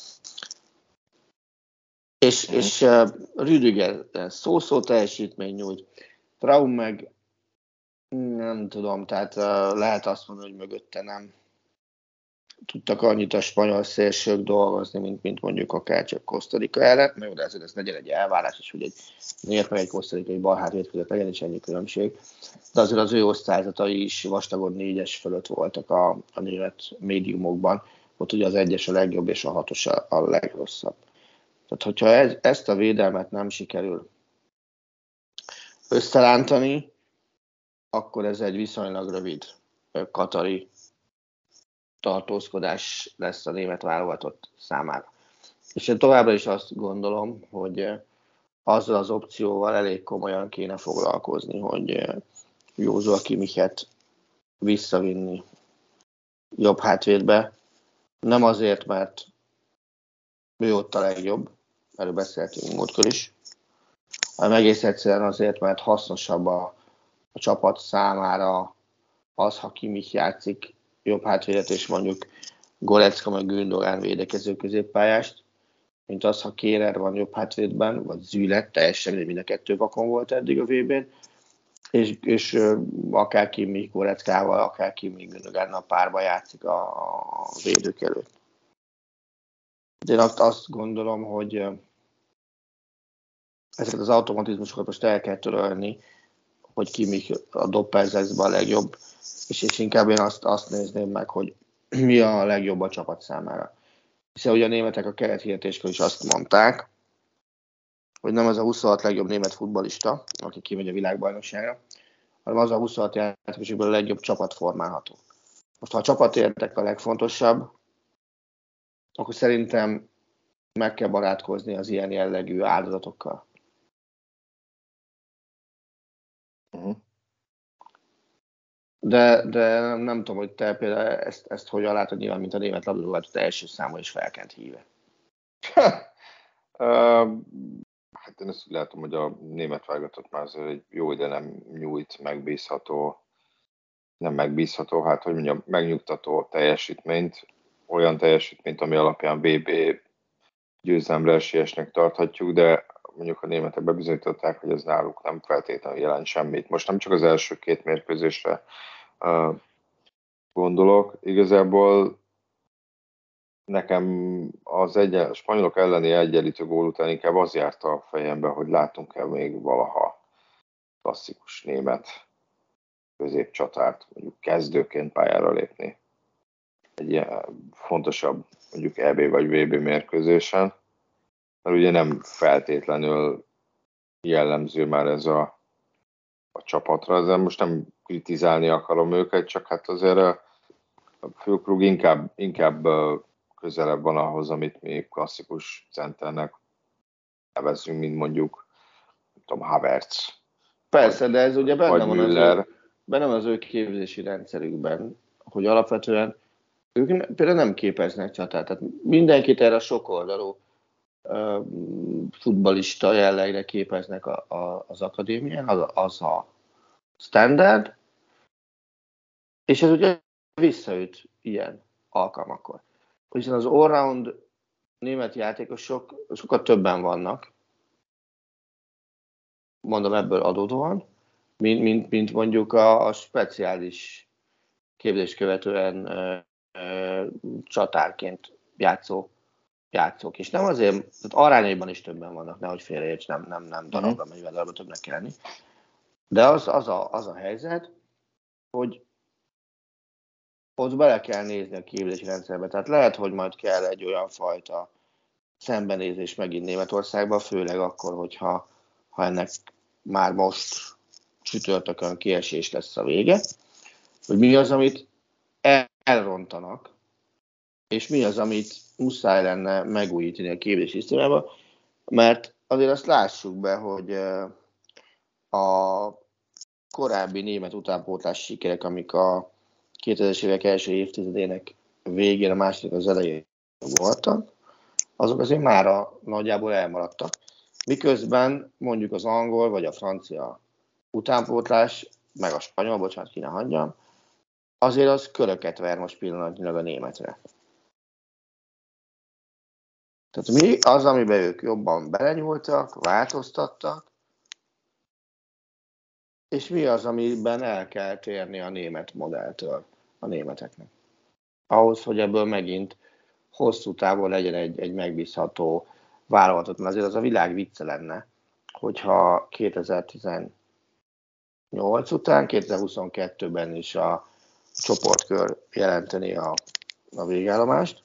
És Rüdiger szó-szó teljesítmény nyújt. Traum meg nem tudom, tehát lehet azt mondani, hogy mögötte nem tudtak annyit a spanyol szélsők dolgozni, mint mondjuk akár csak Costa Rica ellen, mert de ez legyen egy elvárás, és hogy egy német meg egy Costa Rica-i balhátvéd között legyen is ennyi különbség. De azért az ő osztályzatai is vastagon 4-es fölött voltak a német médiumokban, ott ugye az 1-es a legjobb, és a 6-os a legrosszabb. Tehát, hogyha ezt a védelmet nem sikerül összerántani, akkor ez egy viszonylag rövid katari tartózkodás lesz a német válogatott számára. És én továbbra is azt gondolom, hogy azzal az opcióval elég komolyan kéne foglalkozni, hogy Józsua Kimichet visszavinni jobb hátvédbe. Nem azért, mert ő ott a legjobb, erről beszéltünk múltkor is, hanem egész egyszerűen azért, mert hasznosabb a csapat számára az, ha Kimmich játszik jobb hátvédet, és mondjuk Goretzka meg Gündogan védekező középpályást, mint az, ha Kehrer van jobb hátvédben, vagy Züle, teljesen mind a kettő vakon volt eddig a VB-n, és akár Kimmich Goretzkával, akár Kimmich Gündogannal párba játszik a védők előtt. Én azt gondolom, hogy ezeket az automatizmusokat most el kell törölni, hogy Kimmich a doppelzexben a legjobb, és inkább én azt nézném meg, hogy mi a legjobb a csapat számára. Hiszen ugye a németek a kerethirdetésről is azt mondták, hogy nem az a 26 legjobb német futballista, aki kimegy a világbajnokságra, hanem az a 26 játékosokból a legjobb csapat formálható. Most ha a csapat érdek a legfontosabb, akkor szerintem meg kell barátkozni az ilyen jellegű áldozatokkal. De nem tudom, hogy te például ezt hogyan látod, nyilván, mint a német labdarúgó első számú is felkent híve. Hát én ezt úgy látom, hogy a német válogatott már azért egy jó ide nem nyújt megbízható, hát hogy mondjam, megnyugtató teljesítményt, olyan teljesítményt, ami alapján VB győzelemre esélyesnek tarthatjuk, de mondjuk a németek bebizonyították, hogy ez náluk nem feltétlenül jelent semmit. Most nem csak az első két mérkőzésre gondolok, igazából nekem a spanyolok elleni egyenlítő gól után inkább az járt a fejembe, hogy látunk-e még valaha klasszikus német középcsatárt, mondjuk kezdőként pályára lépni egy ilyen fontosabb, mondjuk EB vagy VB mérkőzésen, mert ugye nem feltétlenül jellemző már ez a csapatra, ezzel most nem kritizálni akarom őket, csak hát azért a főklub inkább közelebb van ahhoz, amit mi klasszikus centernek nevezzünk, mint mondjuk, nem tudom, Havertz. Persze, de ez ugye benne van az ő képzési rendszerükben, hogy alapvetően ők például nem képeznek csatát. Tehát mindenkit erre a sokoldalú futballista jellegre képeznek az akadémián, az a standard, és ez ugye visszaüt ilyen alkalmakkor. Hiszen az all-round német játékosok sokkal többen vannak, mondom ebből adódóan, mint mondjuk a speciális képzést követően csatárként játszók. És nem azért, tehát arányaiban is többen vannak, nehogy félreérts, nem darabra, melyvel darabra többnek kell lenni. De az a helyzet, hogy ott bele kell nézni a képzési rendszerbe. Tehát lehet, hogy majd kell egy olyan fajta szembenézés megint Németországban, főleg akkor, hogyha ennek már most csütörtökön kiesés lesz a vége, hogy mi az, amit elrontanak, és mi az, amit muszáj lenne megújítani a képzési szisztémában, mert azért azt lássuk be, hogy a korábbi német utánpótlás sikerek, amik a 2000-es évek első évtizedének végén, a második az elején voltak, azok azért mára nagyjából elmaradtak. Miközben mondjuk az angol vagy a francia utánpótlás, meg a spanyol, bocsánat, ki ne hagyjam, azért az köröket ver most pillanatnyilag a németre. Tehát mi az, amiben ők jobban belenyúltak, változtattak, és mi az, amiben el kell térni a német modelltől a németeknek. Ahhoz, hogy ebből megint hosszú távon legyen egy megbízható válogatott, mert azért az a világ vicce lenne, hogyha 2018 után, 2022-ben is a csoportkör jelenteni a végállomást.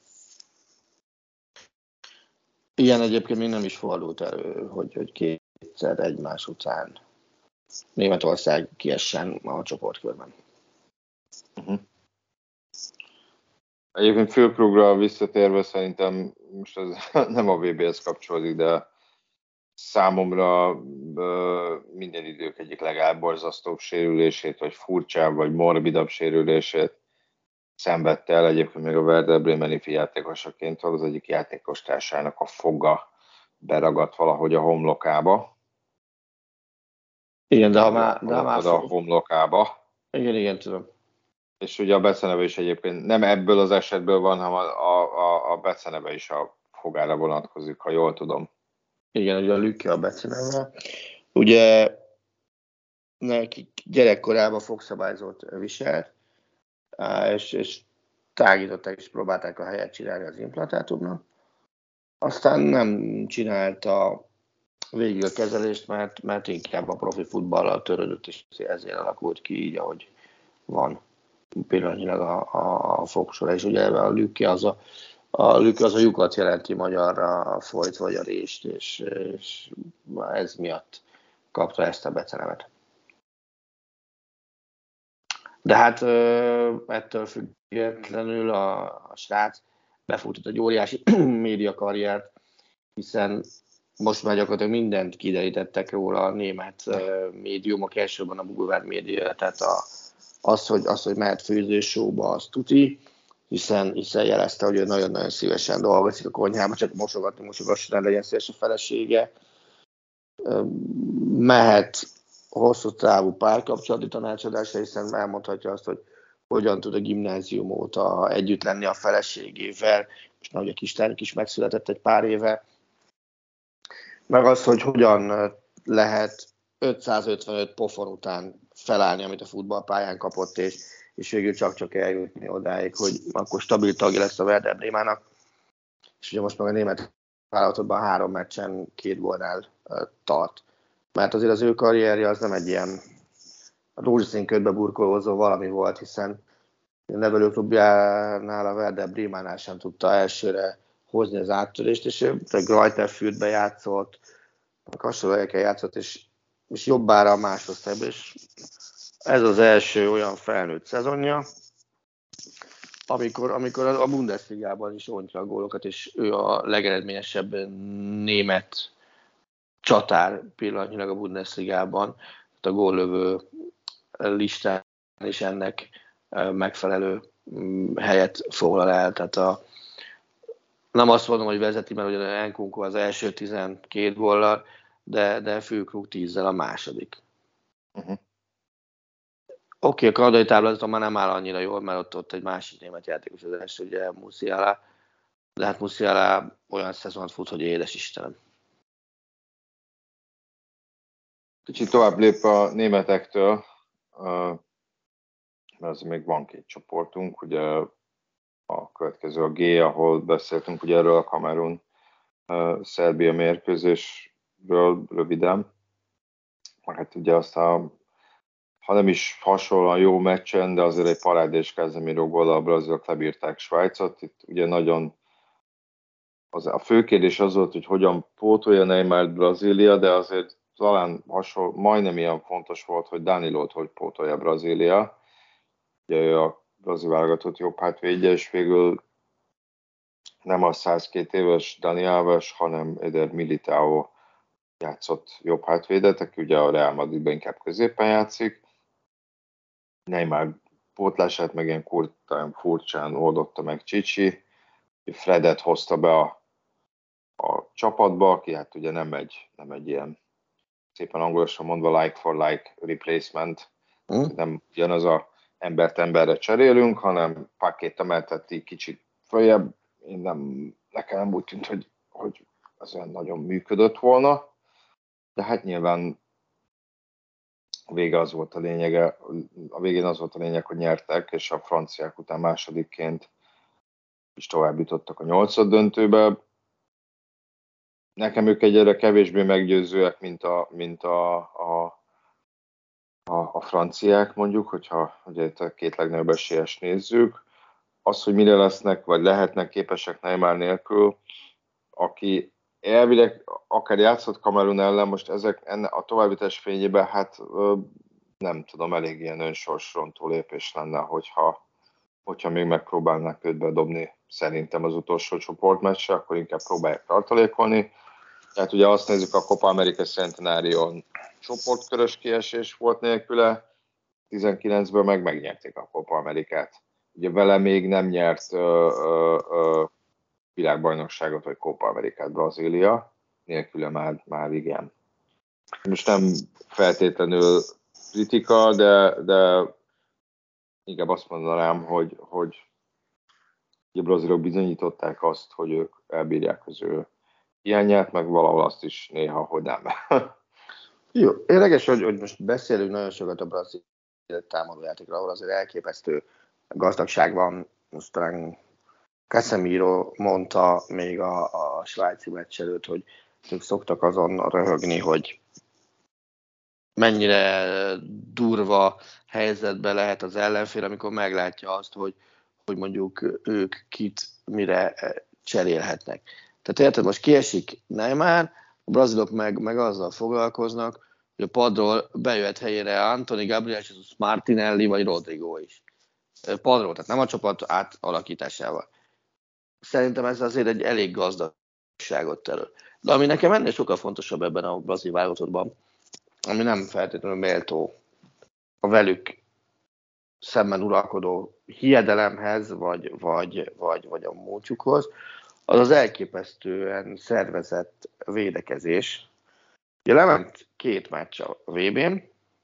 Ilyen egyébként még nem is fordult elő, hogy kétszer egymás után Németország kiessen a csoportkörben. Egyébként Füllkrugra visszatérve szerintem most ez nem a VB-hez kapcsolódik, de számomra minden idők egyik legelborzasztóbb sérülését, vagy furcsább, vagy morbidabb sérülését szenvedte el egyébként még a Werder Bremeni játékosaként, az egyik játékostársának a foga beragadt valahogy a homlokába. Igen, de ha már a homlokába. Igen, tudom. És ugye a beceneve is egyébként nem ebből az esetből van, hanem a beceneve is a fogára vonatkozik, ha jól tudom. Igen, ugye a Lücke a beceneve. Ugye neki gyerekkorában fogszabályzót viselt, és tágították és próbálták a helyet csinálni az implantátumnak. Aztán nem csinálta végig a kezelést, mert inkább a profi futballal törődött, és ezért alakult ki így, ahogy van pillanatnyilag a fogsora. És ugye a Lücke az a lyukat jelenti magyarra, a folyt vagy a rést, és ez miatt kapta ezt a becenevet. De hát ettől függetlenül a srác befutott egy óriási médiakarriert, hiszen most már gyakorlatilag mindent kiderítettek róla a német médiumok, elsősorban a bulvár média, tehát az, hogy mehet főzős showba, az tuti, hiszen jelezte, hogy ő nagyon-nagyon szívesen dolgozik a konyhában, csak mosogatni, legyen szíves a felesége. Mehet hosszú távú párkapcsolati tanácsadásra, hiszen elmondhatja azt, hogy hogyan tud a gimnázium óta együtt lenni a feleségével, most már ugye kislányuk is megszületett egy pár éve, meg az, hogy hogyan lehet 555 pofon után felállni, amit a futballpályán kapott, és végül csak eljutni odáig, hogy akkor stabil tagja lesz a Werder Bremának. És ugye most meg a német válogatottban 3 meccsen 2 gólnál tart. Mert azért az ő karrierje az nem egy ilyen rózsaszín ködbe burkolózó valami volt, hiszen a nevelőklubjánál, a Werder Brémánál sem tudta elsőre hozni az áttörést, és ő Greutherfürthbe játszott, hasonló helyeken játszott, és jobbára a másodosztályban, és ez az első olyan felnőtt szezonja, amikor a Bundesligában is ontja a gólokat, és ő a legeredményesebb német csatár pillanatnyilag a Bundesligában, a góllövő listán is ennek megfelelő helyet foglal el. Tehát nem azt mondom, hogy vezeti, mert ugye Nkunku az első 12 góllal, de Füllkrug 10-zel a második. Uh-huh. Oké, a kanadai táblázaton már nem áll annyira jól, mert ott egy másik német játékos az első, ugye Musiala, de hát Musiala olyan szezont fut, hogy édes Istenem. Kicsit tovább lép a németektől, mert azért még van 2 csoportunk, ugye a következő a G, ahol beszéltünk ugye erről a Kamerun-Szerbia mérkőzésről röviden. Hát ugye aztán, ha nem is hasonlóan jó meccsen, de azért egy parádés Casemiro góllal a brazilok lebírták Svájcot. Itt ugye nagyon a fő kérdés az volt, hogy hogyan pótolja Neymart Brazília, de azért talán majdnem ilyen fontos volt, hogy Danilót hogy pótolja Brazília. Ugye ő a brazil válogatott jobb hátvédje, és végül nem a 102 éves Dani Alves, hanem Eder Militao játszott jobb hátvédet, aki ugye a Real Madridban inkább középen játszik. Neymar pótlását meg ilyen furcsán oldotta meg Csicsi. Fredet hozta be a csapatba, aki hát ugye nem egy ilyen szépen angolosan mondva like for like replacement. Nem ugyanaz a embert emberre cserélünk, hanem Pakét emelteti kicsit följebb. Nekem nem úgy tűnt, hogy az olyan nagyon működött volna. De hát nyilván a végén az volt a lényeg, hogy nyertek, és a franciák után másodikként is tovább jutottak a 8. döntőbe. Nekem ők egyre kevésbé meggyőzőek, mint a franciák, mondjuk, hogyha ugye a 2 legnagyobb esélyes nézzük. Az, hogy mire lesznek, vagy lehetnek képesek Neymar nélkül, aki elvileg akár játszott Kamerun ellen, most a továbbítás fényében, hát nem tudom, elég ilyen önsorsrontó lépés lenne, hogyha még megpróbálnak őt bedobni szerintem az utolsó csoportmeccsre, akkor inkább próbálják tartalékolni. Tehát ugye azt nézzük, a Copa America Centenarion csoportkörös kiesés volt nélküle, 19-ből megnyerték a Copa Amerikát. Ugye vele még nem nyert világbajnokságot vagy Copa Amerikát Brazília, nélküle már igen. Most nem feltétlenül kritika, de inkább azt mondanám, hogy a brazilok bizonyították azt, hogy ők elbírják az ő hiányát, meg valahol azt is néha, hogy nem. Jó, érdekes, hogy most beszélünk nagyon sokat a brazil támadójátékra, ahol azért elképesztő gazdagság van. Most talán Casemiro mondta még a svájci meccs előtt, hogy ők szoktak azon röhögni, hogy mennyire durva helyzetben lehet az ellenfél, amikor meglátja azt, hogy mondjuk ők kit mire cserélhetnek. Tehát érted, most kiesik Neymar, a brazilok meg azzal foglalkoznak, hogy a padról bejöhet helyére Antony Gabriel, Jesus Martinelli vagy Rodrigo is. Padról, tehát nem a csapat átalakításával. Szerintem ez azért egy elég gazdagságot terül. De ami nekem ennél sokkal fontosabb ebben a brazil válogatottban, ami nem feltétlenül méltó a velük szemben uralkodó hiedelemhez, vagy a múltjukhoz, az az elképesztően szervezett védekezés. Ugye lement 2 meccs a VB-n,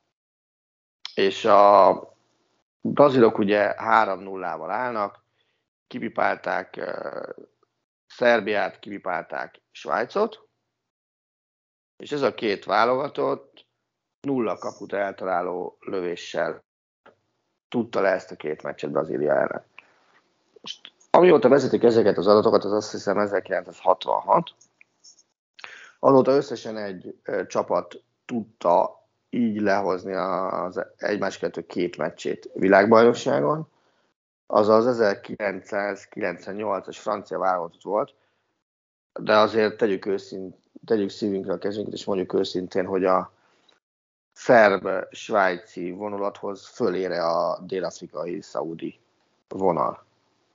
és a brazilok ugye 3-0-val állnak, kipipálták Szerbiát, kipipálták Svájcot, és ez a 2 válogatott 0 kaput eltaláló lövéssel tudta le ezt a 2 meccset Brazília ellen. Most, amióta vezetik ezeket az adatokat, az azt hiszem 1966, azóta összesen egy csapat tudta így lehozni az egymás között 2 meccsét világbajnokságon, azaz 1998-as francia válogatott volt, de azért tegyük szívünkre a kezünket, és mondjuk őszintén, hogy a szerb-svájci vonulathoz fölére a dél-afrikai szaudi vonal.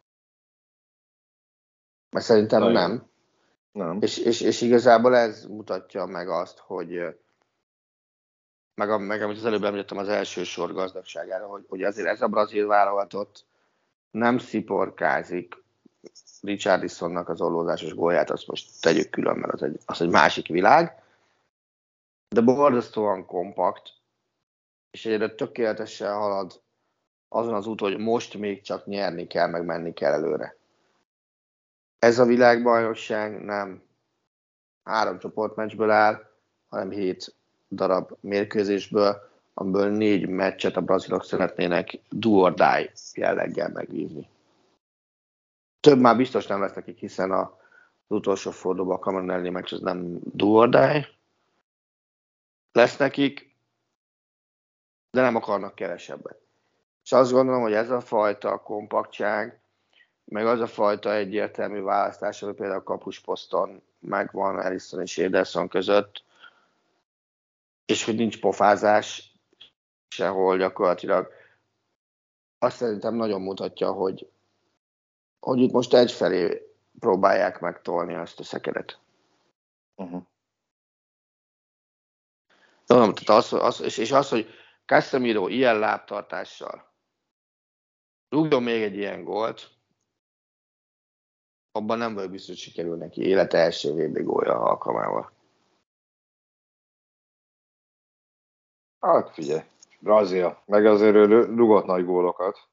Mert szerintem nem. Nem. És igazából ez mutatja meg azt, hogy meg amit az előbb említettem az első sor gazdagságára, hogy azért ez a brazil válogatott nem sziporkázik Richarlisonnak az ollózásos gólját, azt most tegyük külön, mert az egy másik világ, de borzasztóan kompakt, és egyre tökéletesen halad azon az út, hogy most még csak nyerni kell, meg menni kell előre. Ez a világbajnokság nem 3 csoportmeccsből áll, hanem 7 darab mérkőzésből, amiből 4 meccset a brazilok szeretnének do or die jelleggel megvívni. Több már biztos nem lesz nekik, hiszen az utolsó fordulóban a Kamerun elleni meccs az nem do or die lesz nekik, de nem akarnak kevesebbet. És azt gondolom, hogy ez a fajta kompaktság, meg az a fajta egyértelmű választás, ami például a kapusposzton megvan Alisson és Ederson között, és hogy nincs pofázás sehol gyakorlatilag, azt szerintem nagyon mutatja, hogy itt most egyfelé próbálják megtolni azt a szekeret. Tudom, tehát az, hogy Casemiro ilyen lábtartással rúgjon még egy ilyen gólt, abban nem vagyok biztos, hogy sikerül neki élete első VB gólja alkalmával. Hát figyelj, Brazil, meg azért ő rúgott nagy gólokat.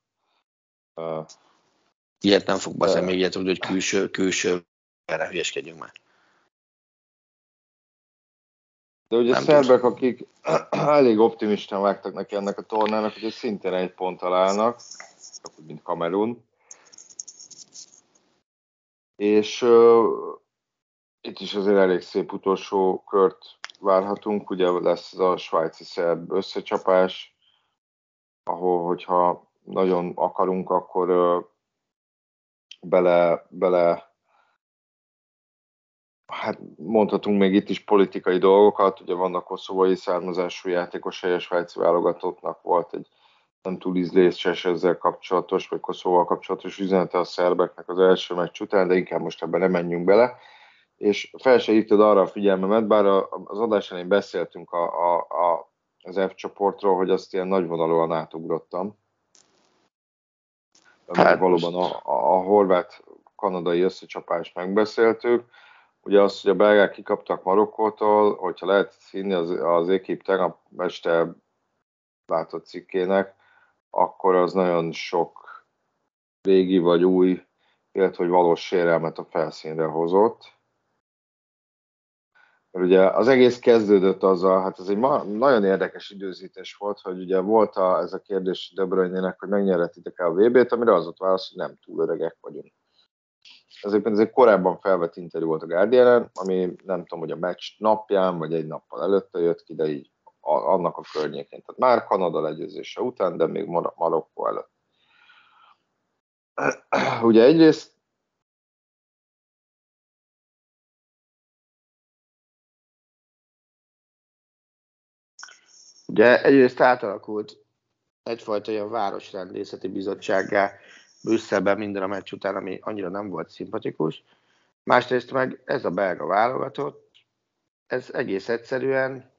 Ilyet nem fog baszni, még ilyet hogy külső erre hülyeskedjünk már. De ugye a szerbek, akik elég optimistán vágtak neki ennek a tornának, hogy szintén egy ponttal állnak, mint Kamerun. És itt is azért elég szép utolsó kört várhatunk. Ugye lesz a svájci-szerb összecsapás, ahol, hogyha nagyon akarunk, akkor bele hát mondhatunk még itt is politikai dolgokat. Ugye vannak koszovói származású játékosai, a svájci válogatottnak volt egy nem túl ízléses ezzel kapcsolatos, vagy Koszovóval kapcsolatos üzenete a szerbeknek az első meccs után, de inkább most ebben nem menjünk bele. És fel se hívtad arra a figyelmemet, bár az adás elején beszéltünk az F csoportról, hogy azt ilyen nagyvonalúan átugrottam. Hát valóban a horvát-kanadai összecsapást megbeszéltük. Ugye az, hogy a belgák kikaptak Marokkótól, hogyha lehet hinni az Ekip tegnap este látott cikkének, akkor az nagyon sok régi vagy új, illetve hogy valós sérelmet a felszínre hozott. Mert ugye az egész kezdődött azzal, hát ez egy nagyon érdekes időzítés volt, hogy ugye volt ez a kérdés De Bruyne-nek, hogy megnyerhetitek-e a VB-t, amire az ott válasz, hogy nem, túl öregek vagyunk. Ezért ez egy korábban felvett interjú volt a Guardianen, ami nem tudom, hogy a meccs napján, vagy egy nappal előtte jött ki, de így annak a környékén. Tehát már Kanada legyőzése után, de még Marokkó előtt. Ugye egyrészt átalakult egyfajta ilyen városrendészeti bizottsággá Brüsszelben minden a meccs után, ami annyira nem volt szimpatikus. Másrészt meg ez a belga válogatott, ez egész egyszerűen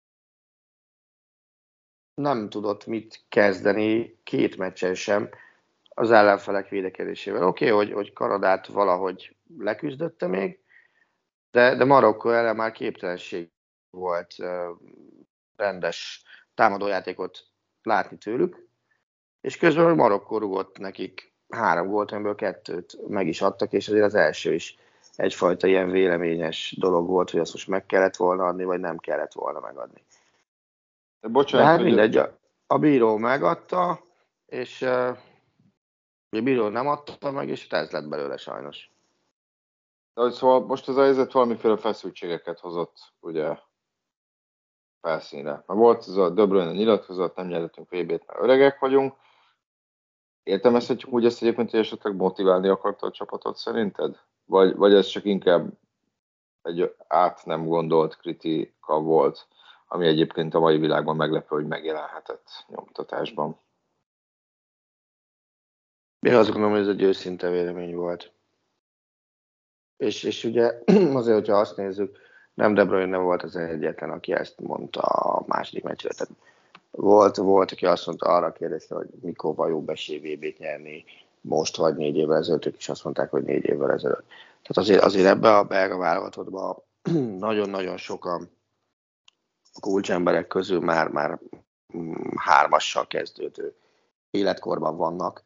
nem tudott mit kezdeni 2 meccsen sem az ellenfelek védekezésével. Oké, hogy Kanadát valahogy leküzdötte még, de Marokkó ellen már képtelenség volt rendes támadójátékot látni tőlük, és közben Marokkó rugott nekik 3 gólt, amiből 2-t meg is adtak, és azért az első is egyfajta ilyen véleményes dolog volt, hogy azt most meg kellett volna adni, vagy nem kellett volna megadni. De hát mindegy, a bíró megadta, és a bíró nem adta meg, és ez lett belőle sajnos. De szóval most az a helyzet valamiféle feszültségeket hozott, ugye, felszínre. Mert volt ez a De Bruyne nyilatkozat, nem nyerhetünk VB-t, mert öregek vagyunk. Értelmezhetjük úgy ezt egyébként, hogy esetleg motiválni akarta a csapatot szerinted? Vagy ez csak inkább egy nem gondolt kritika volt, ami egyébként a mai világban meglepő, hogy megjelenhetett nyomtatásban? Én azt gondolom, hogy ez egy őszinte vélemény volt. És ugye azért, hogyha azt nézzük, nem De Bruyne nem volt az egyetlen, aki ezt mondta a második meccsre. Tehát volt, aki azt mondta, arra kérdezte, hogy mikor van jobb esély VB-t nyerni, most vagy 4 évvel ezelőtt, ők is azt mondták, hogy 4 évvel ezelőtt. Tehát azért ebbe a belga válogatottban nagyon-nagyon sokan a kulcsemberek közül már 3-assal kezdődő életkorban vannak,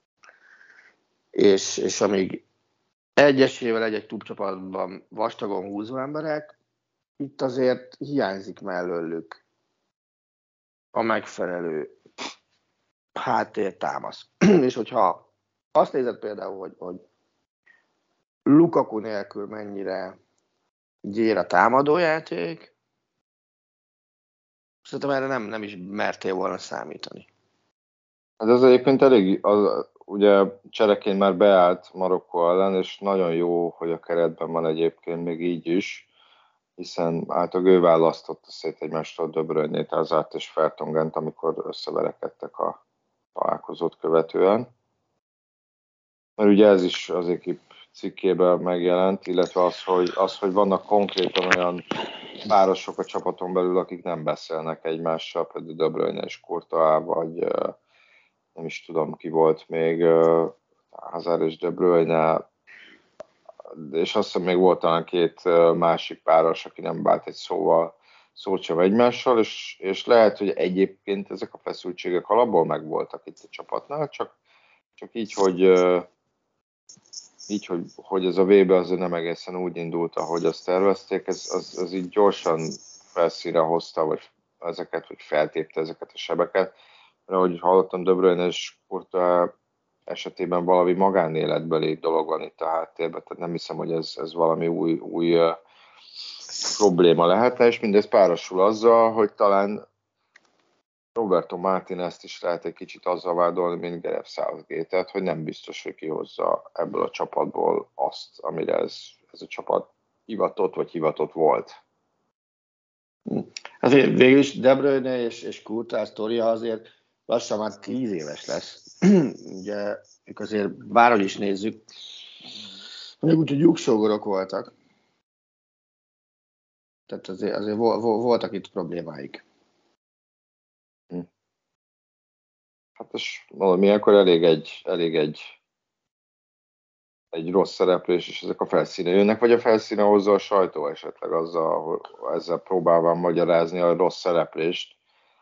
és amíg egyesével egy klubcsapatban vastagon húzó emberek, itt azért hiányzik mellőlük a megfelelő háttértámasz. És hogyha azt nézed például, hogy Lukaku nélkül mennyire gyér a támadójáték, szerintem erre nem is mertél volna számítani. Hát ez egyébként elég, ugye csereként már beállt Marokkó ellen, és nagyon jó, hogy a keretben van egyébként még így is, hiszen általában ő választotta szét egymástól De Bruyne-t, Hazard és Vertongent, amikor összeverekedtek a találkozót követően. Mert ugye ez is az ekip cikkében megjelent, illetve az, hogy vannak konkrétan olyan párosok a csapaton belül, akik nem beszélnek egymással, például De Bruyne és Courtois, vagy nem is tudom ki volt még, Hazard és De Bruyne, és azt hiszem még volt talán 2 másik páros, aki nem vált egy szót sem egymással, és lehet, hogy egyébként ezek a feszültségek alapból megvoltak itt a csapatnál, csak így, hogy ez a VB azért nem egészen úgy indult, ahogy azt tervezték, ez így gyorsan felszínre hozta, vagy ezeket, hogy feltépte ezeket a sebeket. Mert ahogy hallottam, De Bruyne és Courtois esetében valami magánéletbeli dolog van itt a háttérben, tehát nem hiszem, hogy ez valami új probléma lehetne, és mindez párosul azzal, hogy talán Roberto Martinez-t is lehet egy kicsit azzal vádolni, mint Gareth Southgate-et, hogy nem biztos, hogy kihozza ebből a csapatból azt, amire ez a csapat hivatott volt. Azért végül is De Bruyne és Courtois sztoria azért lassan már 10 éves lesz. Ugye ők azért bárhogy is nézzük, mondjuk úgy, hogy lyuksógorok voltak. Tehát azért voltak itt problémáik. Hát és mondom, ilyenkor elég egy rossz szereplés, és ezek a felszíne jönnek, vagy a felszíne hozza a sajtó esetleg ezzel próbálván magyarázni a rossz szereplést.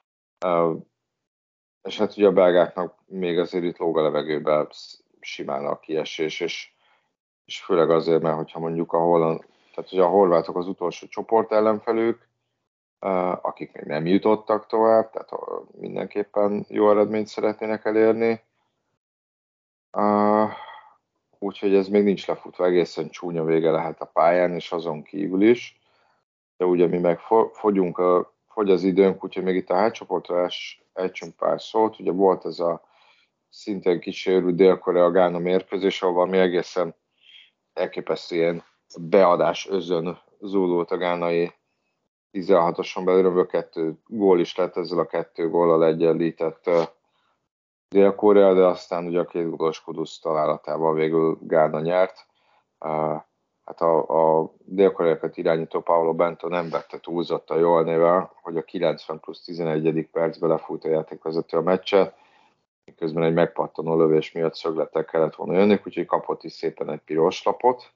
És hát ugye a belgáknak még azért itt lóg a levegőben simán a kiesés, és főleg azért, mert hogyha mondjuk tehát hogy a horvátok az utolsó csoport ellenfelük, akik még nem jutottak tovább, tehát mindenképpen jó eredményt szeretnének elérni. Úgyhogy ez még nincs lefutva, egészen csúnya vége lehet a pályán, és azon kívül is. De ugye mi meg fogy az időnk, úgyhogy még itt a hátcsoportra ejtsünk pár szót. Ugye volt ez a szintén kísérő Dél-Korea-Gána mérkőzés, ahol valami egészen elképesztő ilyen beadás özön zúdult a gánai 16-oson belül, 2 gól is lett, ezzel a 2 góllal egyenlített Dél-Korea, de aztán ugye a 2 gólos kudusz találatával végül Gána nyert. Hát a dél-koreaiakat irányító Paulo Bento nem vette túlzottan jól nével, hogy a 90+11. percben lefújt a játékvezető a meccset, miközben egy megpattanó lövés miatt szöglettel kellett volna jönni, úgyhogy kapott is szépen egy piros lapot.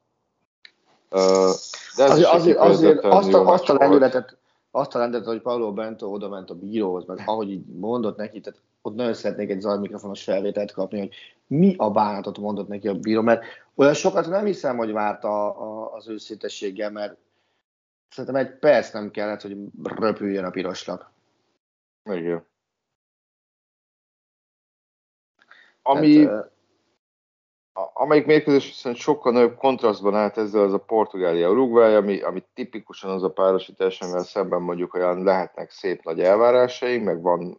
De ez azért azt a lendületet, hogy Paulo Bento oda ment a bíróhoz, meg ahogy így mondott neki, tehát ott nagyon szeretnék egy zajmikrofonos felvételt kapni, hogy mi a bánatot mondott neki a bíró, mert olyan sokat nem hiszem, hogy várt az őszintességgel, mert szerintem egy perc nem kellett, hogy röpüljön a piros lap. Igen. Amelyik mérkőzés viszont sokkal nagyobb kontrasztban állt ezzel az a Portugália-Uruguay, ami tipikusan az a párosítás, amivel szemben mondjuk olyan lehetnek szép nagy elvárásaink, meg van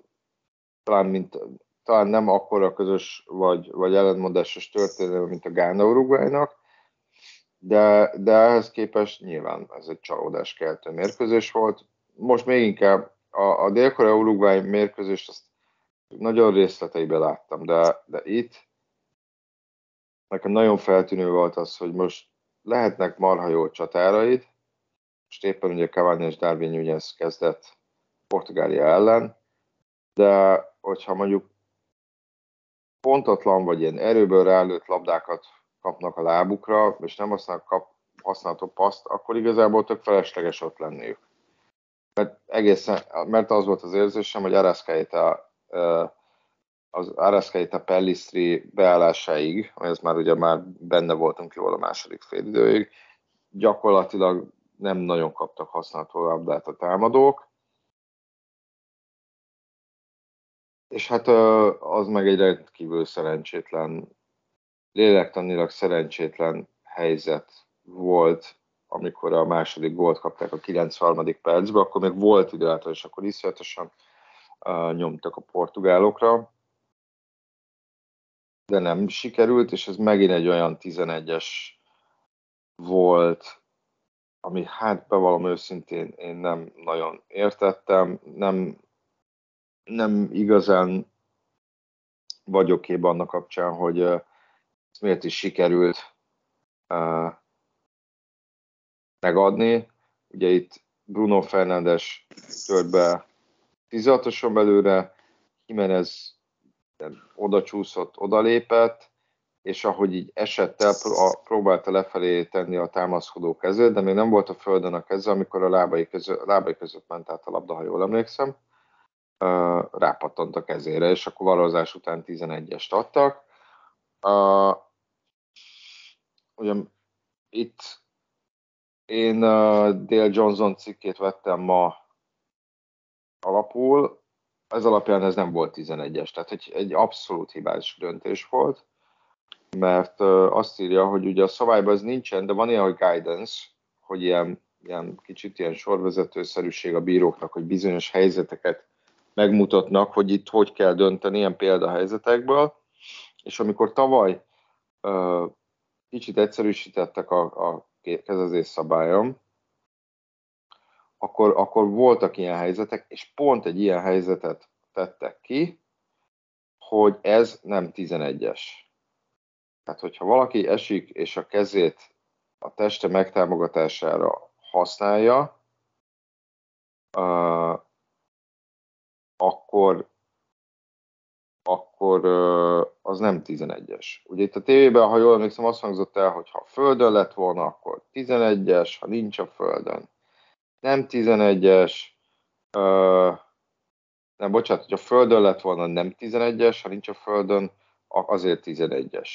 talán nem akkora közös vagy ellentmondásos történelme, mint a Gána-Uruguaynak, de ehhez képest nyilván ez egy csalódáskeltő mérkőzés volt. Most még inkább a Dél-Korea-Uruguay mérkőzést azt nagyon részleteiben láttam, de itt nekem nagyon feltűnő volt az, hogy most lehetnek marha jó csatáraid, most éppen ugye Cavani és Darwin Núñez kezdett Portugália ellen, de hogyha mondjuk pontatlan vagy ilyen erőből rállőtt labdákat kapnak a lábukra, és nem használható paszt, akkor igazából tök felesleges ott lenniük. Mert az volt az érzésem, hogy Arrascaeta Pellistri beállásáig, ez már ugye már benne voltunk jól a második félidőig, gyakorlatilag nem nagyon kaptak használható labdát a támadók, és hát az meg egy rendkívül szerencsétlen, lélektanilag szerencsétlen helyzet volt, amikor a második gólt kapták a 93. percben, akkor még volt idő, és akkor iszonyatosan nyomtak a portugálokra, de nem sikerült, és ez megint egy olyan 11-es volt, ami hát bevallom őszintén én nem nagyon értettem, nem igazán vagyok képben annak kapcsán, hogy ez miért is sikerült megadni. Ugye itt Bruno Fernandes tört be 16-oson belőle, Jimenez oda csúszott, odalépett, és ahogy így esett el, próbálta lefelé tenni a támaszkodó kezét, de még nem volt a földön a keze, amikor a lábai között ment át a labda, ha jól emlékszem. Rápattant a kezére, és akkor varázás után 11-est adtak. Ugye itt én Dale Johnson cikkét vettem ma alapul, ez alapján ez nem volt 11-es, tehát egy abszolút hibás döntés volt, mert azt írja, hogy ugye a szabályban ez nincsen, de van ilyen, hogy guidance, hogy ilyen kicsit ilyen sorvezetőszerűség a bíróknak, hogy bizonyos helyzeteket megmutatnak, hogy itt hogy kell dönteni ilyen példahelyzetekből, és amikor tavaly kicsit egyszerűsítettek a kezezés szabályon, akkor voltak ilyen helyzetek, és pont egy ilyen helyzetet tettek ki, hogy ez nem 11-es. Tehát, hogyha valaki esik, és a kezét a teste megtámogatására használja, akkor az nem 11-es. Ugye itt a tévében, ha jól emlékszem, azt hangzott el, hogy ha földön lett volna, akkor 11-es, ha nincs a földön. Nem 11-es, nem, bocsánat, hogyha földön lett volna, nem 11-es, ha nincs a földön, azért 11-es.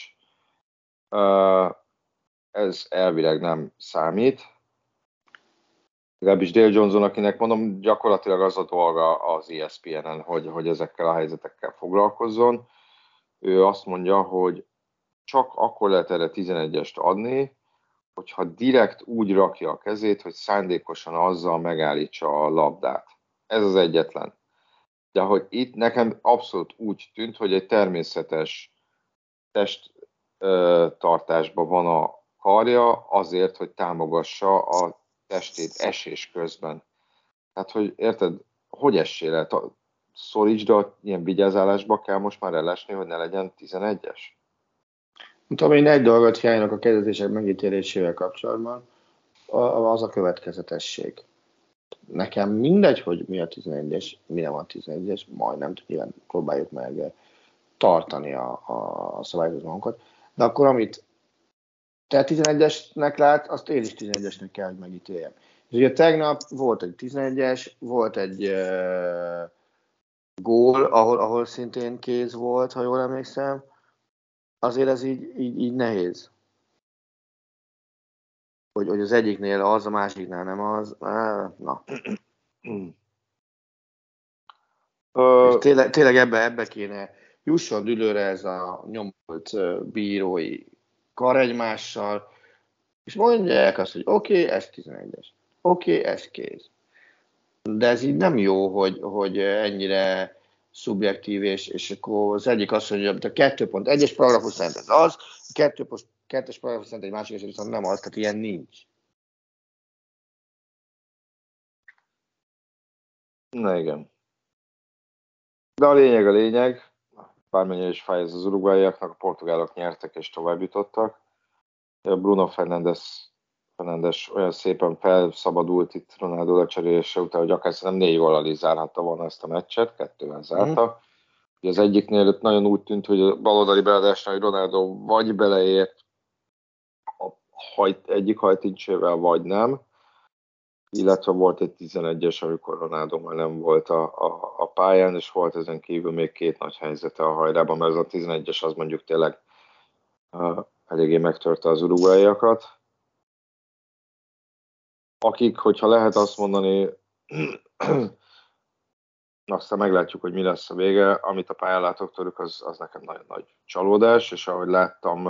Ez elvileg nem számít. Legalábbis Dale Johnson, akinek mondom, gyakorlatilag az a dolga az ESPN-en, hogy ezekkel a helyzetekkel foglalkozzon. Ő azt mondja, hogy csak akkor lehet erre 11-est adni, hogyha direkt úgy rakja a kezét, hogy szándékosan azzal megállítsa a labdát. Ez az egyetlen. De hogy itt nekem abszolút úgy tűnt, hogy egy természetes testtartásban van a karja azért, hogy támogassa a testét esés közben. Tehát, hogy érted, hogy essél el? Szorítsd, ilyen vigyázálásba kell most már elesni, hogy ne legyen 11-es? Tudom, én egy dolgot hiányolok a kezdetések megítélésével kapcsolatban, az a következetesség. Nekem mindegy, hogy mi a 11-es, mi nem a 11-es, majdnem, nyilván próbáljuk meg tartani a szabályozott magunkat. De akkor, amit te 11-esnek lát, azt én is 11-esnek kell, hogy megítéljem. És ugye tegnap volt egy 11-es, volt egy gól, ahol szintén kéz volt, ha jól emlékszem. Azért ez így nehéz. Hogy az egyiknél az, a másiknál nem az. Na. És tényleg ebbe kéne jusson dülőre ez a nyomolt bírói kar egymással, és mondják azt, hogy oké, ez 11-es. Oké, ez kéz. De ez így nem jó, hogy ennyire szubjektív, és akkor az egyik azt mondja, hogy a 2.1-es paragrafus szerint ez az, a 2.2-es paragrafus szerint egy másik eset viszont nem az, tehát ilyen nincs. Na igen. De a lényeg, bármennyire is fáj ez az uruguayiaknak, a portugálok nyertek és tovább jutottak. Bruno Fernandes olyan szépen felszabadult itt Ronaldo lecserélése után, hogy akár szerintem 4 góllal is zárhatta volna ezt a meccset, 2-vel zárta. Az egyiknél nagyon úgy tűnt, hogy a baloldali beadásnál, hogy Ronaldo vagy beleért egyik hajtincsével, vagy nem. Illetve volt egy 11-es, amikor Ronaldo már nem volt a pályán, és volt ezen kívül még 2 nagy helyzete a hajrában, mert ez a 11-es az mondjuk tényleg eléggé megtörte az uruguayiakat. Akik, hogyha lehet azt mondani, aztán meglátjuk, hogy mi lesz a vége. Amit a pályán látok tőlük, az nekem nagyon nagy csalódás, és ahogy láttam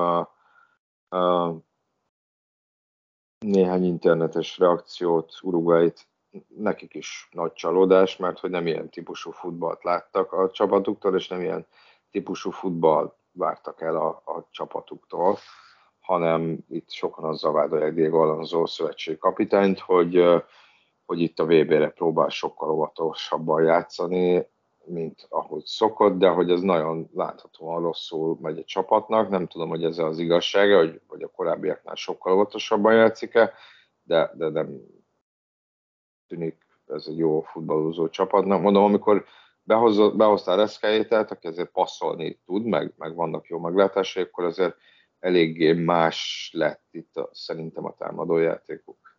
néhány internetes reakciót, Uruguayt, nekik is nagy csalódás, mert hogy nem ilyen típusú futballt láttak a csapatuktól, és nem ilyen típusú futballt vártak el a csapatuktól, hanem itt sokan azzal vádolják Diego Alonso szövetségkapitányt, hogy itt a VB-re próbál sokkal óvatosabban játszani, mint ahogy szokott, de hogy ez nagyon láthatóan rosszul megy a csapatnak. Nem tudom, hogy ez az igazsága, hogy a korábbiaknál sokkal óvatosabban játszik-e, de nem tűnik ez egy jó futballozó csapatnak. Mondom, amikor behoztál Reszkályételt, aki azért passzolni tud, meg vannak jó meglátásai, akkor azért eléggé más lett itt szerintem a támadójátékuk.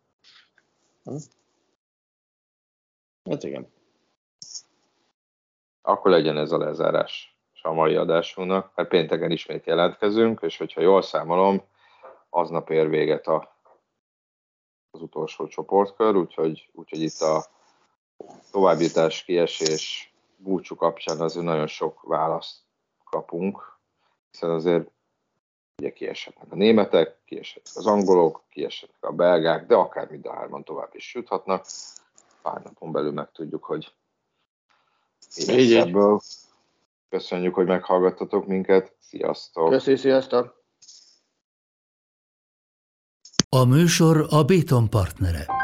Hát igen. Akkor legyen ez a lezárás a mai adásunknak, mert pénteken ismét jelentkezünk, és hogyha jól számolom, aznap ér véget az utolsó csoportkör, úgyhogy itt a továbbjutás, kiesés, búcsú kapcsán azért nagyon sok választ kapunk, hiszen azért ugye kieshetnek a németek, kieshetnek az angolok, kieshetnek a belgák, de akár mind a 3 tovább is juthatnak. Pár napon belül megtudjuk, hogy így ebből. Köszönjük, hogy meghallgattatok minket. Sziasztok! Köszi, sziasztok! A műsor a Béton partnere.